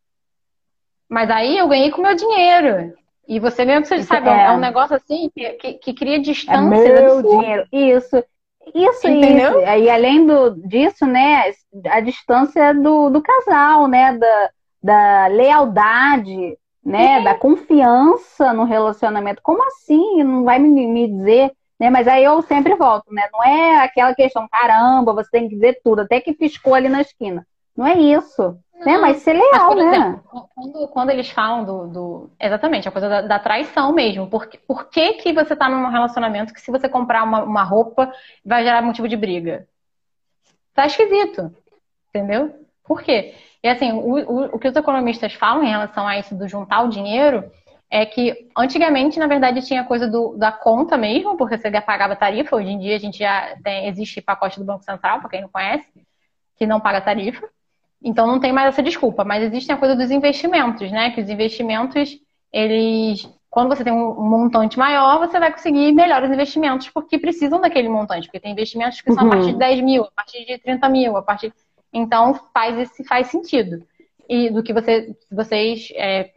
S2: Mas aí eu ganhei com o meu dinheiro. E você ganhou com você sabe, é um negócio assim que cria distância.
S3: É meu dinheiro, isso. Entendeu? E além disso, né, a distância do casal, né, da lealdade, né, da confiança no relacionamento. Como assim? Não vai me dizer, né? Mas aí eu sempre volto, né? Não é aquela questão, caramba, você tem que dizer tudo, até que piscou ali na esquina. Não é isso. Né? Mas ser leal,
S2: por exemplo, quando eles falam exatamente, a coisa da traição mesmo. Por que você tá num relacionamento que se você comprar uma roupa vai gerar motivo de briga? Tá esquisito. Entendeu? Por quê? E assim, o que os economistas falam em relação a isso do juntar o dinheiro é que antigamente, na verdade, tinha coisa da conta mesmo, porque você pagava tarifa. Hoje em dia a gente existe pacote do Banco Central, para quem não conhece, que não paga tarifa. Então não tem mais essa desculpa, mas existe a coisa dos investimentos, né? Que os investimentos, quando você tem um montante maior, você vai conseguir melhores investimentos, porque precisam daquele montante, porque tem investimentos que são a partir de 10 mil, a partir de 30 mil, Então faz sentido. e do que vocês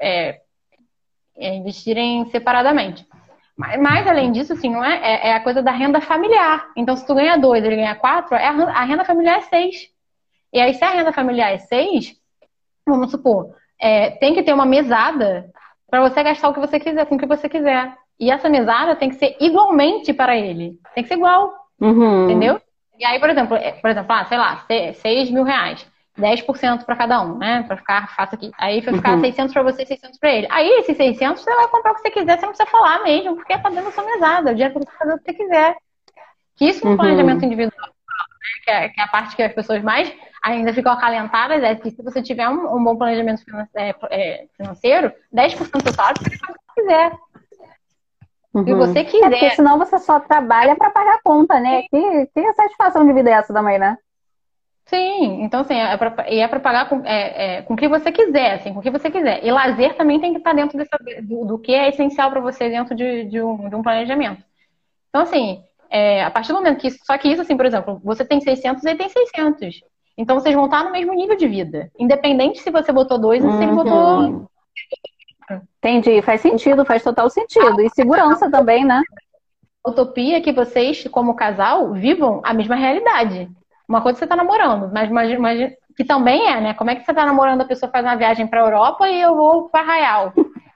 S2: investirem separadamente. Mas, além disso, assim, não é a coisa da renda familiar. Então, se tu ganha 2, ele ganha 4, a renda familiar é 6. E aí, se a renda familiar é 6, vamos supor, tem que ter uma mesada para você gastar o que você quiser, com o que você quiser. E essa mesada tem que ser igualmente para ele. Tem que ser igual. Entendeu? E aí, por exemplo, sei lá, 6 mil reais. 10% para cada um, né? Para ficar fácil aqui. Aí vai ficar 600 para você e 600 para ele. Aí, esses 600, você vai comprar o que você quiser, você não precisa falar mesmo, porque tá dentro da sua mesada. O dinheiro que você fazer o que você quiser. Que isso no planejamento individual, né? Que é a parte que as pessoas mais ainda ficam acalentadas, é que se você tiver um bom planejamento financeiro, 10% do salário você faz o que quiser. Se você quiser.
S3: Porque senão você só trabalha para pagar a conta, né? Que satisfação de vida é essa também, né?
S2: Sim, então assim, é pra pagar com o que você quiser, assim, com o que você quiser. E lazer também tem que estar dentro do que é essencial para você dentro de um planejamento. Então, assim, a partir do momento que só que isso, assim, por exemplo, você tem 600 e ele tem 600. Então, vocês vão estar no mesmo nível de vida. Independente se você botou 2 ou se ele botou...
S3: Entendi, faz sentido, faz total sentido. E segurança também, né?
S2: A utopia é que vocês, como casal, vivam a mesma realidade. Uma coisa você tá namorando, mas imagina que também né? Como é que você tá namorando, a pessoa faz uma viagem pra Europa e eu vou pra Arraial?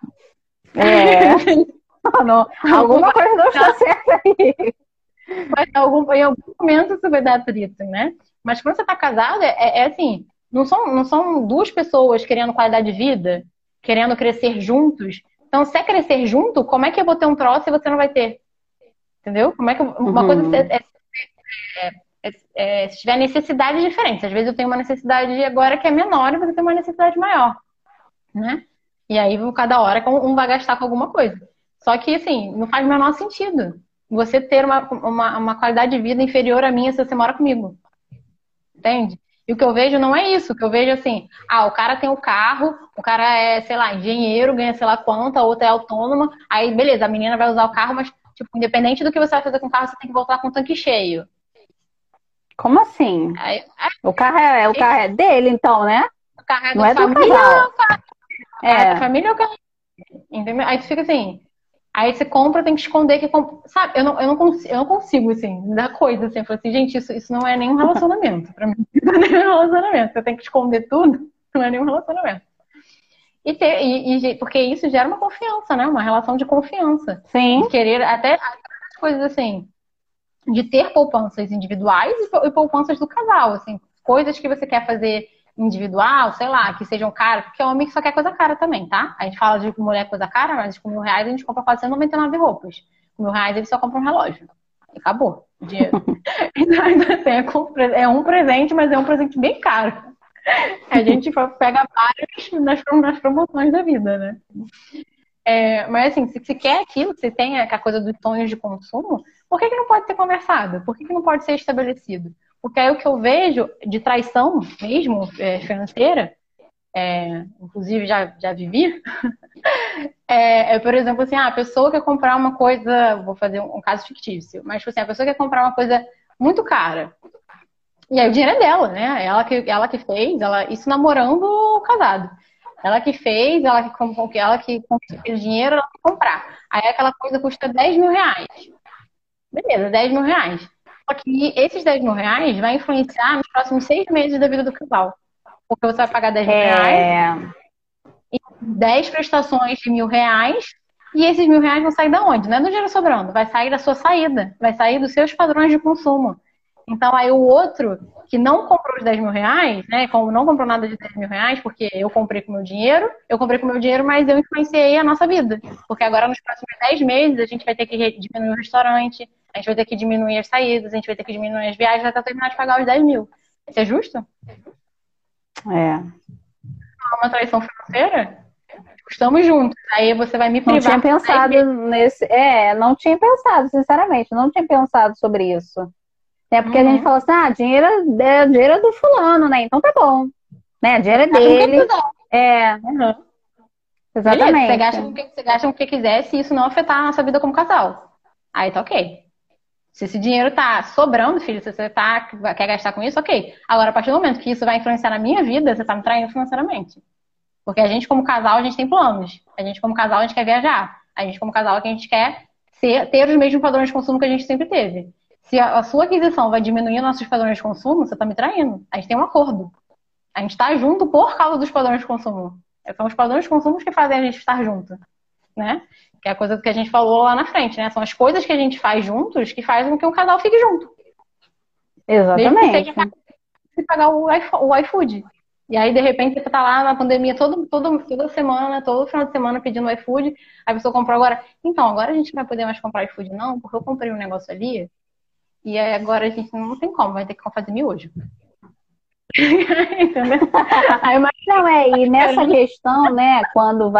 S3: Não, alguma coisa não está certa aí.
S2: Mas em algum momento isso vai dar atrito, né? Mas quando você tá casado, assim, não são duas pessoas querendo qualidade de vida, querendo crescer juntos. Então, se é crescer junto, como é que eu vou ter um troço e você não vai ter? Entendeu? Como é que uma coisa se tiver necessidades diferentes. Às vezes eu tenho uma necessidade agora que é menor e você tem uma necessidade maior, né? E aí cada hora um vai gastar com alguma coisa. Só que, assim, não faz o menor sentido você ter uma qualidade de vida inferior à minha se você mora comigo. Entende? E o que eu vejo não é isso. O que eu vejo, assim, o cara tem o carro, o cara é, sei lá, engenheiro, ganha sei lá quanto, a outra é autônoma, aí beleza, a menina vai usar o carro, mas, tipo, independente do que você vai fazer com o carro, você tem que voltar com o tanque cheio.
S3: Como assim? O carro é dele, então, né?
S2: O carro é
S3: não é do
S2: família,
S3: casal.
S2: O carro é da família ou o carro? Entendeu? Aí tu fica assim. Aí você compra, tem que esconder que sabe? Eu não consigo, assim, dar coisa assim. Eu falo assim, gente, isso não é nenhum relacionamento. Pra mim, não é nenhum relacionamento. Você tem que esconder tudo, não é nenhum relacionamento. Porque isso gera uma confiança, né? Uma relação de confiança.
S3: Sim.
S2: De querer até as coisas assim. De ter poupanças individuais e poupanças do casal, assim, coisas que você quer fazer individual, sei lá, que sejam caras, porque homem só quer coisa cara também, tá? A gente fala de mulher coisa cara, mas com R$1.000 a gente compra 499 roupas. Com R$1.000 ele só compra um relógio. E acabou o dinheiro. Então, assim, é um presente, mas é um presente bem caro. A gente pega vários nas promoções da vida, né? Mas assim, se quer aquilo, se tem a coisa dos sonhos de consumo, por que não pode ser conversado? Por que não pode ser estabelecido? Porque aí o que eu vejo de traição mesmo, financeira, inclusive já vivi, por exemplo, assim, a pessoa quer comprar uma coisa, vou fazer um caso fictício, mas assim, a pessoa quer comprar uma coisa muito cara. E aí o dinheiro é dela, né? Ela que fez, isso namorando ou casado. Ela que fez, ela que conseguiu o dinheiro, ela vai comprar. Aí aquela coisa custa R$10.000. Beleza, R$10.000. Só que esses R$10.000 vai influenciar nos próximos 6 meses da vida do casal. Porque você vai pagar R$10.000 e 10 prestações de R$1.000 e esses R$1.000 vão sair da onde? Não é do dinheiro sobrando, vai sair da sua saída, vai sair dos seus padrões de consumo. Então aí o outro que não comprou os R$10.000, né? Como não comprou nada de R$10.000, porque eu comprei com o meu dinheiro, mas eu influenciei a nossa vida. Porque agora nos próximos 10 meses a gente vai ter que diminuir o restaurante, a gente vai ter que diminuir as saídas, a gente vai ter que diminuir as viagens até terminar de pagar os 10 mil. Isso é justo? Uma traição financeira? Estamos juntos. Aí você vai me privar.
S3: Não tinha pensado nesse. Não tinha pensado, sinceramente, não tinha pensado sobre isso. Porque a gente fala assim, dinheiro é do fulano, né? Então tá bom. Né? Dinheiro é dele. Exatamente.
S2: Beleza, você gasta com o que quiser, se isso não afetar a nossa vida como casal. Aí tá ok. Se esse dinheiro tá sobrando, filho, se você quer gastar com isso, ok. Agora, a partir do momento que isso vai influenciar na minha vida, você tá me traindo financeiramente. Porque a gente, como casal, a gente tem planos. A gente, como casal, a gente quer viajar. A gente, como casal, a gente quer ter os mesmos padrões de consumo que a gente sempre teve. Se a sua aquisição vai diminuir nossos padrões de consumo, você tá me traindo. A gente tem um acordo. A gente tá junto por causa dos padrões de consumo. São os padrões de consumo que fazem a gente estar junto, né? Que é a coisa que a gente falou lá na frente, né? São as coisas que a gente faz juntos que fazem com que um casal fique junto.
S3: Exatamente.
S2: Mesmo que seja pagar o iFood. E aí, de repente, você tá lá na pandemia toda semana, todo final de semana pedindo iFood. Aí a pessoa comprou agora. Então, agora a gente não vai poder mais comprar iFood, não, porque eu comprei um negócio ali. E aí agora a gente não tem como, vai ter que fazer miojo. Entendeu? Aí,
S3: Não, e nessa questão, né, quando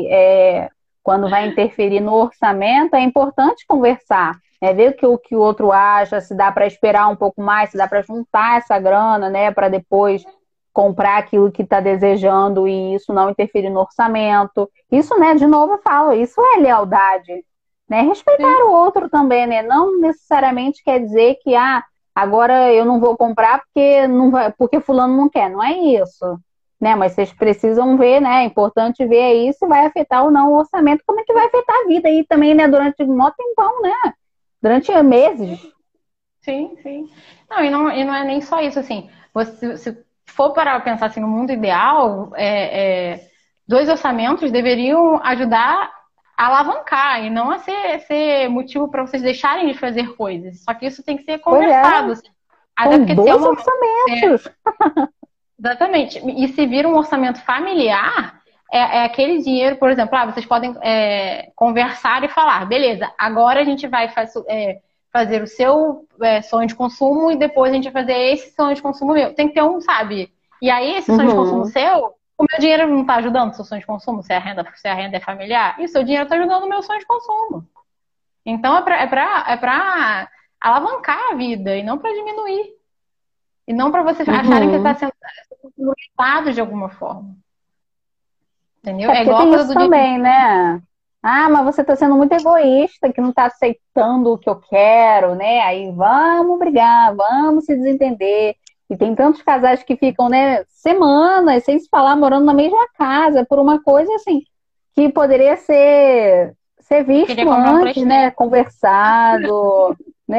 S3: vai interferir no orçamento, é importante conversar, né, ver o que o outro acha, se dá para esperar um pouco mais, se dá para juntar essa grana, né, para depois comprar aquilo que está desejando e isso não interferir no orçamento. Isso, né, de novo eu falo, isso é lealdade, né, respeitar o outro também, né, não necessariamente quer dizer que, agora eu não vou comprar porque fulano não quer, não é isso. Né, mas vocês precisam ver, né? É importante ver aí se vai afetar ou não o orçamento, como é que vai afetar a vida aí também, né? Durante um maior tempão, né? Durante meses.
S2: Sim, sim. Não, e não é nem só isso, assim. Se for para pensar assim, no mundo ideal, dois orçamentos deveriam ajudar a alavancar e não a ser motivo para vocês deixarem de fazer coisas. Só que isso tem que ser conversado. Assim. Até
S3: Com dois orçamentos.
S2: Exatamente. E se vira um orçamento familiar, é aquele dinheiro, por exemplo, vocês podem conversar e falar, beleza, agora a gente vai fazer o seu sonho de consumo e depois a gente vai fazer esse sonho de consumo meu. Tem que ter um, sabe? E aí, esse sonho de consumo seu, o meu dinheiro não está ajudando o seu sonho de consumo, se a renda é familiar, e o seu dinheiro está ajudando o meu sonho de consumo. Então, é pra alavancar a vida e não para diminuir. E não para vocês acharem que está sendo limitado de alguma forma. Entendeu?
S3: É igual a coisa do também, né? Mas você está sendo muito egoísta, que não está aceitando o que eu quero, né? Aí vamos brigar, vamos se desentender. E tem tantos casais que ficam, né, semanas sem se falar, morando na mesma casa, por uma coisa assim, que poderia ser visto antes, né? Conversado, né?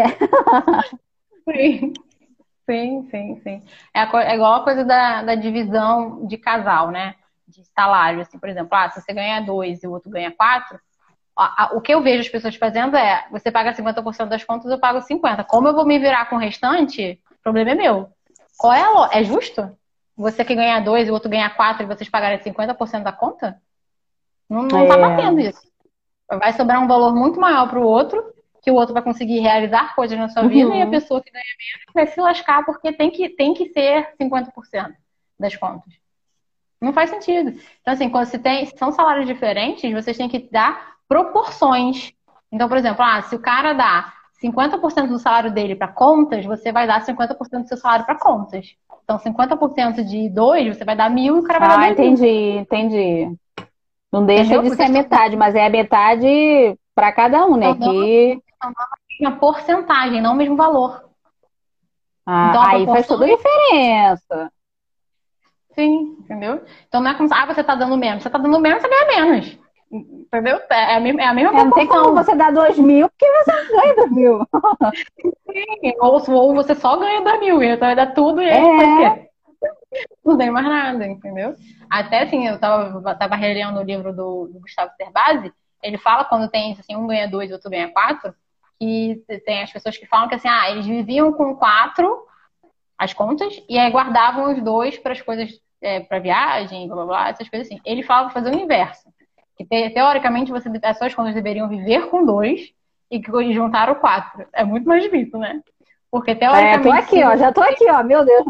S2: Sim. É igual a coisa da divisão de casal, né? De salário, assim, por exemplo, se você ganha 2 e o outro ganha 4, o que eu vejo as pessoas fazendo você paga 50% das contas, eu pago 50%. Como eu vou me virar com o restante, o problema é meu. Qual é justo? Você que ganha 2 e o outro ganha 4 e vocês pagarem 50% da conta? Não tá batendo isso. Vai sobrar um valor muito maior pro outro, que o outro vai conseguir realizar coisas na sua vida, e a pessoa que ganha menos vai se lascar porque tem que ser 50% das contas. Não faz sentido. Então, assim, quando são salários diferentes, vocês têm que dar proporções. Então, por exemplo, se o cara dá 50% do salário dele para contas, você vai dar 50% do seu salário para contas. Então, 50% de 2, você vai dar 1.000 e o cara vai dar 2.000.
S3: Entendi. Não deixa de ser metade, mas é a metade para cada um, né?
S2: Uma porcentagem, não o mesmo valor.
S3: Então, aí faz toda a diferença.
S2: Sim, entendeu? Então não é como você tá dando menos. Você tá dando menos, você ganha menos. Entendeu? É a mesma proporção.
S3: Não tem como você dar 2.000 porque você ganha 2.000.
S2: Sim, ou você só ganha 2.000, então vai dar tudo e aí não tem mais nada, entendeu? Até assim, eu tava relendo o livro do Gustavo Cerbasi, ele fala quando tem assim, um ganha 2 e outro ganha 4, que tem as pessoas que falam que assim, eles viviam com 4 as contas e aí guardavam os 2 para as coisas, para viagem, blá blá blá, essas coisas assim. Ele fala fazer o inverso, que teoricamente as suas contas deveriam viver com 2 e que juntaram 4. É muito mais difícil, né? Porque teoricamente.
S3: Tô aqui, já tô aqui, meu Deus.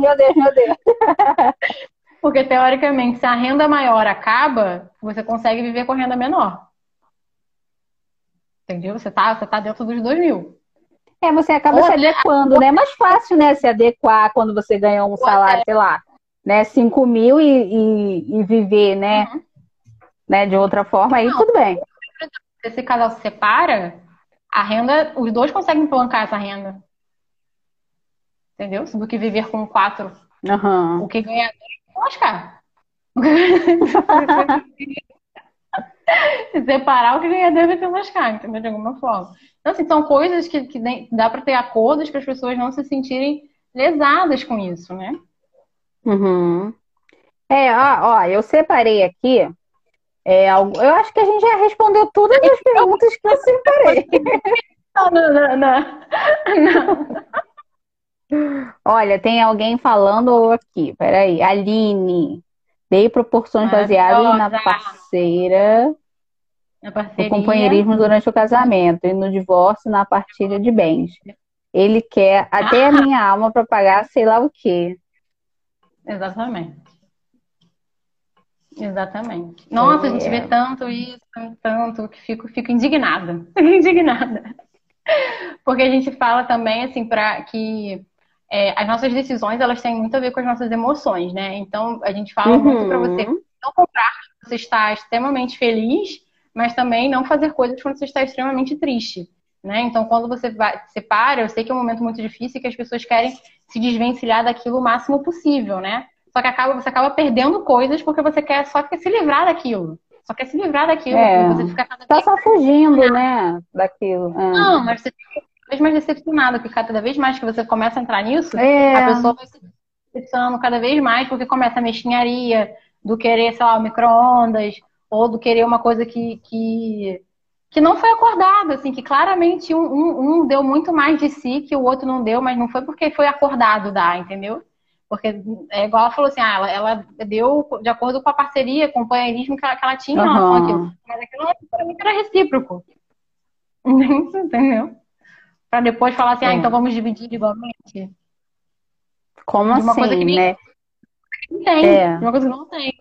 S2: Porque teoricamente, se a renda maior acaba, você consegue viver com a renda menor. Entendeu? Você tá dentro dos 2.000.
S3: Você acaba se adequando, né? É mais fácil, né? Se adequar quando você ganha um salário, sei lá, né? 5.000 e viver, né? Né? De outra forma, aí tudo bem.
S2: Se esse casal se separa, a renda, os dois conseguem bancar essa renda. Entendeu? Do que viver com 4.
S3: Aham.
S2: O que ganha 2, lascar. Se separar, o que ganha 2 vai se lascar, entendeu? De alguma forma. Então, assim, são coisas que dá para ter acordos para as pessoas não se sentirem lesadas com isso, né?
S3: Uhum. Eu separei aqui. Eu acho que a gente já respondeu todas as perguntas que eu separei.
S2: Não.
S3: Olha, tem alguém falando aqui. Peraí. Aline. Dei proporções baseadas na parceira, no companheirismo durante o casamento e no divórcio na partilha de bens. Ele quer até a minha alma para pagar sei lá o quê.
S2: Exatamente. Nossa, a gente vê tanto isso, tanto, que fico indignada. Indignada. Porque a gente fala também, assim, que as nossas decisões, elas têm muito a ver com as nossas emoções, né? Então, a gente fala muito para você não comprar quando você está extremamente feliz, mas também não fazer coisas quando você está extremamente triste, né? Então, quando você separa, eu sei que é um momento muito difícil e que as pessoas querem se desvencilhar daquilo o máximo possível, né? Só que você acaba perdendo coisas porque você só quer se livrar daquilo. Só quer se livrar daquilo. Você fica cada
S3: vez só fugindo, né? Daquilo.
S2: Não, mas você fica cada vez mais decepcionado, porque cada vez mais que você começa a entrar nisso, a pessoa vai se decepcionando cada vez mais, porque começa a mesquinharia, do querer, sei lá, o micro-ondas, ou do querer uma coisa que não foi acordado, assim, que claramente um deu muito mais de si que o outro não deu, mas não foi porque foi acordado dar, entendeu? Porque é igual ela falou assim, ela deu de acordo com a parceria, com o companheirismo que ela tinha em relação àquilo. Mas aquilo para mim era recíproco. Entendeu? Pra depois falar assim, então vamos dividir igualmente.
S3: Como assim,
S2: uma coisa que nem
S3: né?
S2: Não tem. Uma coisa que não tem.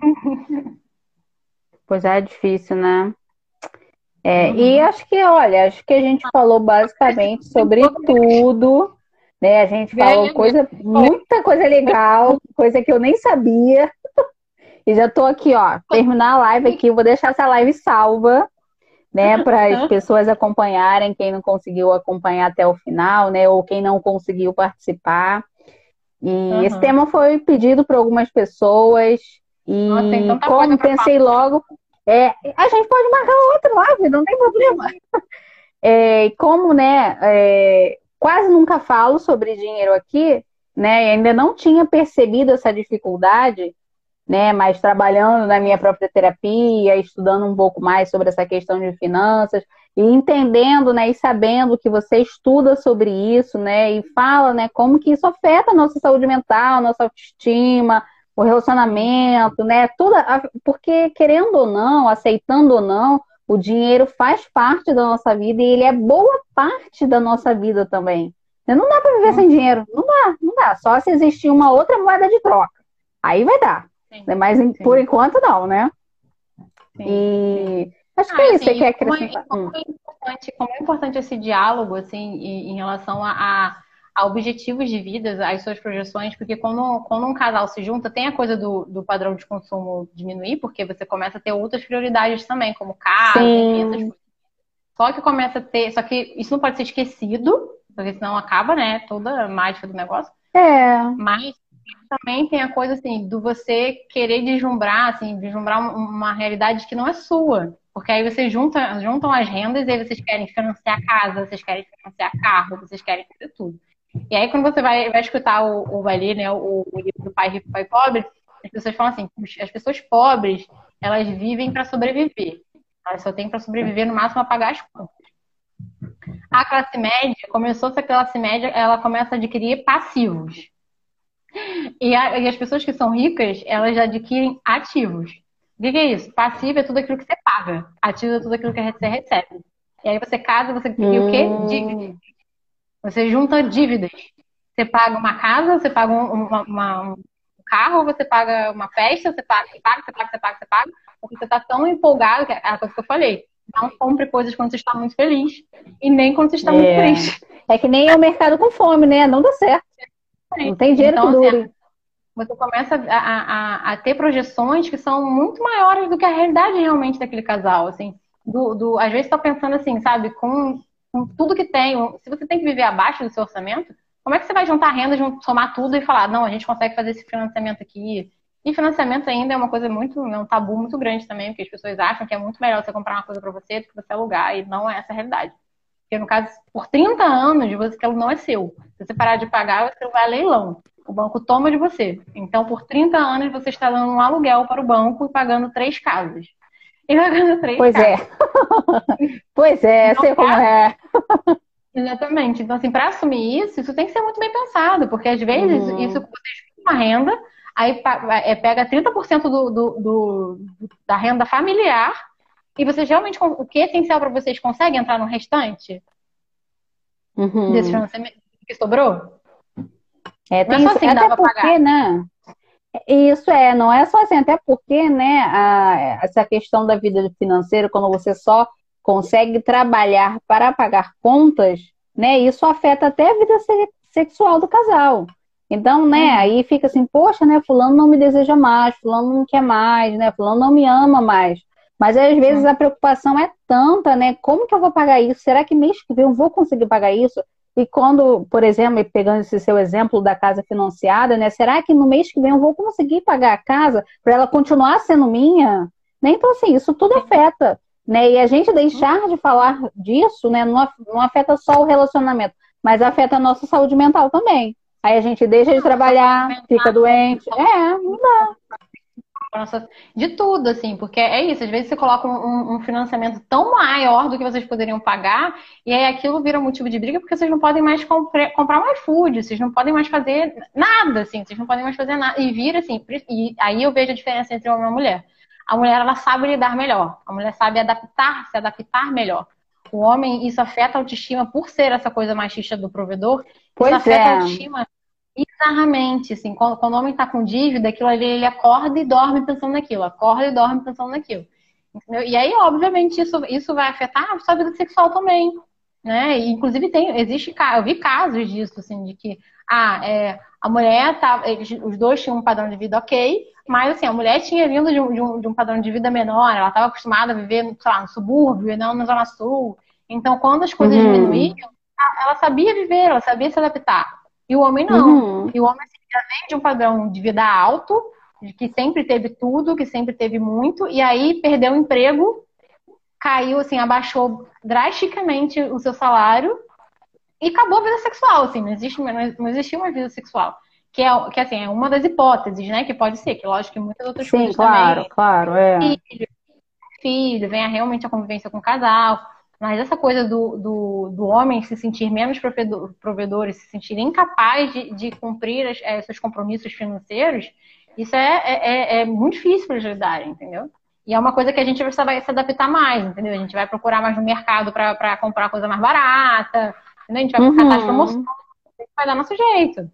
S3: Pois é difícil, né? E acho que a gente falou basicamente sobre tudo. Né? A gente falou muita coisa legal, coisa que eu nem sabia. E já tô aqui, terminar a live aqui, eu vou deixar essa live salva, né, para as pessoas acompanharem, quem não conseguiu acompanhar até o final, né, ou quem não conseguiu participar. E esse tema foi pedido por algumas pessoas e como pensei logo, a gente pode marcar outra live, não tem problema. Como, né, quase nunca falo sobre dinheiro aqui, né? E ainda não tinha percebido essa dificuldade, né? Mas trabalhando na minha própria terapia, estudando um pouco mais sobre essa questão de finanças e entendendo, né? E sabendo que você estuda sobre isso, né? E fala, né? Como que isso afeta a nossa saúde mental, a nossa autoestima, o relacionamento, né? Tudo, porque querendo ou não, aceitando ou não, o dinheiro faz parte da nossa vida e ele é boa parte da nossa vida também. Não dá para viver sem dinheiro. Não dá. Só se existir uma outra moeda de troca. Aí vai dar. Mas por enquanto não, né? Acho que é isso. Você quer acrescentar?
S2: Como é importante esse diálogo, assim, em relação a objetivos de vida, às suas projeções, porque quando um casal se junta, tem a coisa do padrão de consumo diminuir, porque você começa a ter outras prioridades também, como casa, enfim, essas coisas. Só que isso não pode ser esquecido, porque senão acaba, né, toda a mágica do negócio. Mas também tem a coisa, assim, do você querer vislumbrar uma realidade que não é sua. Porque aí vocês juntam as rendas e aí vocês querem financiar a casa, vocês querem financiar carro, vocês querem fazer tudo. E aí, quando você vai escutar o ali, né, o livro do Pai Rico, Pai Pobre, as pessoas falam assim, as pessoas pobres, elas vivem para sobreviver. Elas só têm para sobreviver, no máximo, a pagar as contas. A classe média, essa classe média, ela começa a adquirir passivos. E as pessoas que são ricas, elas já adquirem ativos. O que é isso? Passivo é tudo aquilo que você paga. Ativo é tudo aquilo que você recebe. E aí você casa, você cria o quê? Dívidas. Você junta dívidas. Você paga uma casa, você paga um carro, você paga uma festa, você paga, porque você está tão empolgado, que é a coisa que eu falei. Não compre coisas quando você está muito feliz e nem quando você está muito triste.
S3: É que nem o mercado com fome, né? Não dá certo. Não tem dinheiro que dure.
S2: Assim, você começa a ter projeções que são muito maiores do que a realidade realmente daquele casal, assim. Às vezes você tá pensando assim, sabe, com com tudo que tem, se você tem que viver abaixo do seu orçamento, como é que você vai juntar renda, somar tudo e falar, não, a gente consegue fazer esse financiamento aqui? E financiamento ainda é uma coisa muito, é um tabu muito grande também, porque as pessoas acham que é muito melhor você comprar uma coisa para você do que você alugar, e não é essa a realidade. Porque, no caso, por 30 anos, aquilo não é seu. Se você parar de pagar, você vai a leilão. O banco toma de você. Então, por 30 anos, você está dando um aluguel para o banco e pagando 3 casas. E pagando 3
S3: Pois
S2: casas.
S3: Pois é,
S2: Então,
S3: sei como é.
S2: Exatamente. Então, assim, para assumir isso tem que ser muito bem pensado, porque às vezes isso você junta uma renda, aí pega 30% da renda familiar, e você realmente, o que é essencial para vocês, consegue entrar no restante desse financiamento que sobrou?
S3: É,
S2: Não é só assim que dá pra pagar.
S3: Né? Isso não é só assim, até porque, né, essa questão da vida financeira, quando você só consegue trabalhar para pagar contas, né, isso afeta até a vida sexual do casal. Então, né, aí fica assim, poxa, né, fulano não me deseja mais, fulano não quer mais, né, fulano não me ama mais. Mas às vezes a preocupação é tanta, né, como que eu vou pagar isso? Será que mês que vem eu vou conseguir pagar isso? E quando, por exemplo, pegando esse seu exemplo da casa financiada, né? Será que no mês que vem eu vou conseguir pagar a casa para ela continuar sendo minha? Né? Então, assim, isso tudo afeta, né? E a gente deixar de falar disso, né? Não afeta só o relacionamento, mas afeta a nossa saúde mental também. Aí a gente deixa de trabalhar, fica doente. Não dá.
S2: De tudo, assim, porque é isso, às vezes você coloca um financiamento tão maior do que vocês poderiam pagar, e aí aquilo vira motivo de briga porque vocês não podem mais comprar um iFood, vocês não podem mais fazer nada, assim, vocês não podem mais fazer nada, e vira assim, e aí eu vejo a diferença entre homem e mulher. A mulher, ela sabe lidar melhor, a mulher sabe se adaptar melhor. O homem, isso afeta a autoestima por ser essa coisa machista do provedor, isso afeta a autoestima bizarramente, assim, quando o homem tá com dívida, aquilo ali, ele acorda e dorme pensando naquilo, acorda e dorme pensando naquilo. Entendeu? E aí, obviamente, isso vai afetar a sua vida sexual também, né? E, inclusive, eu vi casos disso, assim, de que a mulher os dois tinham um padrão de vida ok, mas assim, a mulher tinha vindo de um padrão de vida menor, ela estava acostumada a viver, sei lá, no subúrbio, não na Zona Sul. Então, quando as coisas diminuíam, ela sabia viver, ela sabia se adaptar. E o homem não. E o homem já vem de um padrão de vida alto, de que sempre teve tudo, que sempre teve muito, e aí perdeu o emprego, caiu, assim, abaixou drasticamente o seu salário e acabou a vida sexual, assim, não existia uma vida sexual. Que assim, é uma das hipóteses, né? Que pode ser, que lógico que muitas outras coisas também.
S3: Claro,
S2: Filho, venha realmente a convivência com o casal. Mas essa coisa do homem se sentir menos provedor e se sentir incapaz de cumprir seus compromissos financeiros, isso é muito difícil para eles lidarem, entendeu? E é uma coisa que a gente vai se adaptar mais, entendeu? A gente vai procurar mais no mercado para comprar coisa mais barata, entendeu? A gente vai catar as promoções, a gente vai dar nosso jeito.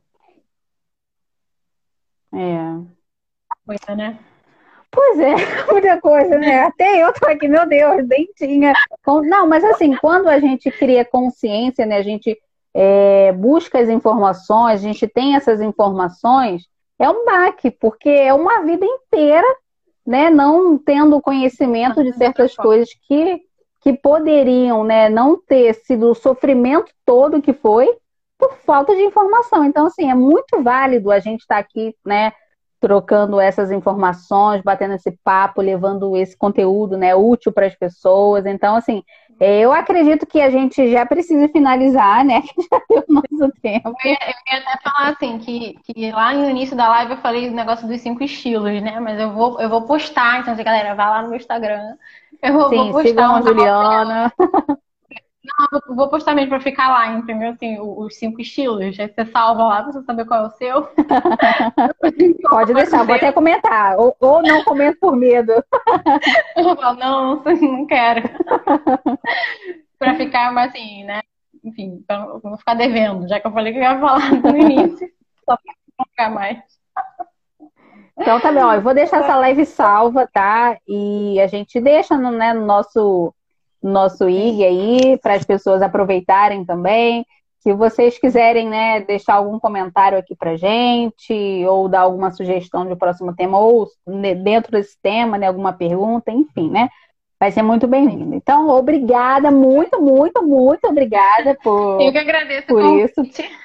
S2: Coisa, né?
S3: Pois é, muita coisa, né? Até eu tô aqui, meu Deus, dentinha. Não, mas assim, quando a gente cria consciência, né? A gente busca as informações, a gente tem essas informações, é um baque, porque é uma vida inteira, né? Não tendo conhecimento de certas coisas que poderiam, né? Não ter sido o sofrimento todo que foi por falta de informação. Então, assim, é muito válido a gente estar aqui, né? Trocando essas informações, batendo esse papo, levando esse conteúdo, né, útil para as pessoas. Então, assim, eu acredito que a gente já precisa finalizar, né, que já deu o nosso tempo.
S2: Eu ia até falar, assim, que lá no início da live eu falei o negócio dos 5 estilos, né, mas eu vou postar, então, galera, vai lá no meu Instagram. Vou postar
S3: sigam a Juliana.
S2: Não, vou postar mesmo pra ficar lá, entendeu? Assim, os 5 estilos. Aí você salva lá pra você saber qual é o seu.
S3: Pode deixar, vou até comentar. Ou não comento por medo.
S2: Eu falo, não quero. Pra ficar, mas assim, né? Enfim, então, eu vou ficar devendo, já que eu falei que eu ia falar no início. Só pra não ficar mais.
S3: Então tá bom, eu vou deixar essa live salva, tá? E a gente deixa no nosso IG aí, para as pessoas aproveitarem também. Se vocês quiserem, né, deixar algum comentário aqui pra gente, ou dar alguma sugestão de próximo tema, ou dentro desse tema, né, alguma pergunta, enfim, né? Vai ser muito bem-vindo. Então, obrigada, muito, muito, muito obrigada
S2: Eu que agradeço
S3: por isso.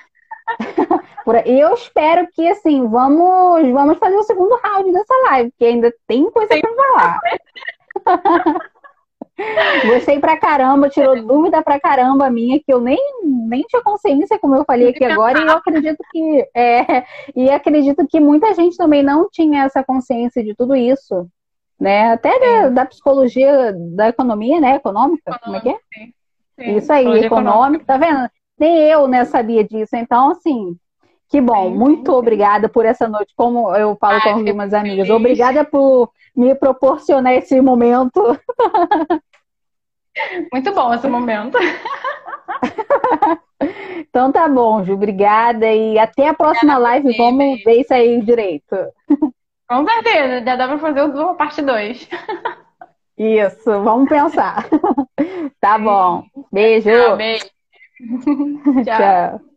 S3: E eu espero que, assim, vamos fazer o segundo round dessa live, porque ainda tem coisa para falar. Gostei pra caramba, tirou dúvida pra caramba minha, que eu nem tinha consciência, como eu falei aqui agora, e eu acredito que muita gente também não tinha essa consciência de tudo isso, né? Até da psicologia da economia, né? Econômica, como é que é? Sim. Isso aí, econômica, tá vendo? Nem eu, né, sabia disso. Então, assim, que bom. Muito obrigada por essa noite, como eu falo com algumas amigas. Obrigada por me proporcionar esse momento.
S2: Muito bom esse momento.
S3: Então tá bom, Ju. Obrigada e até a próxima live. Vamos ver isso aí direito.
S2: Com certeza. Já dá pra fazer uma parte 2.
S3: Isso, vamos pensar. Tá bom. Beijo.
S2: Beijo.
S3: Tchau.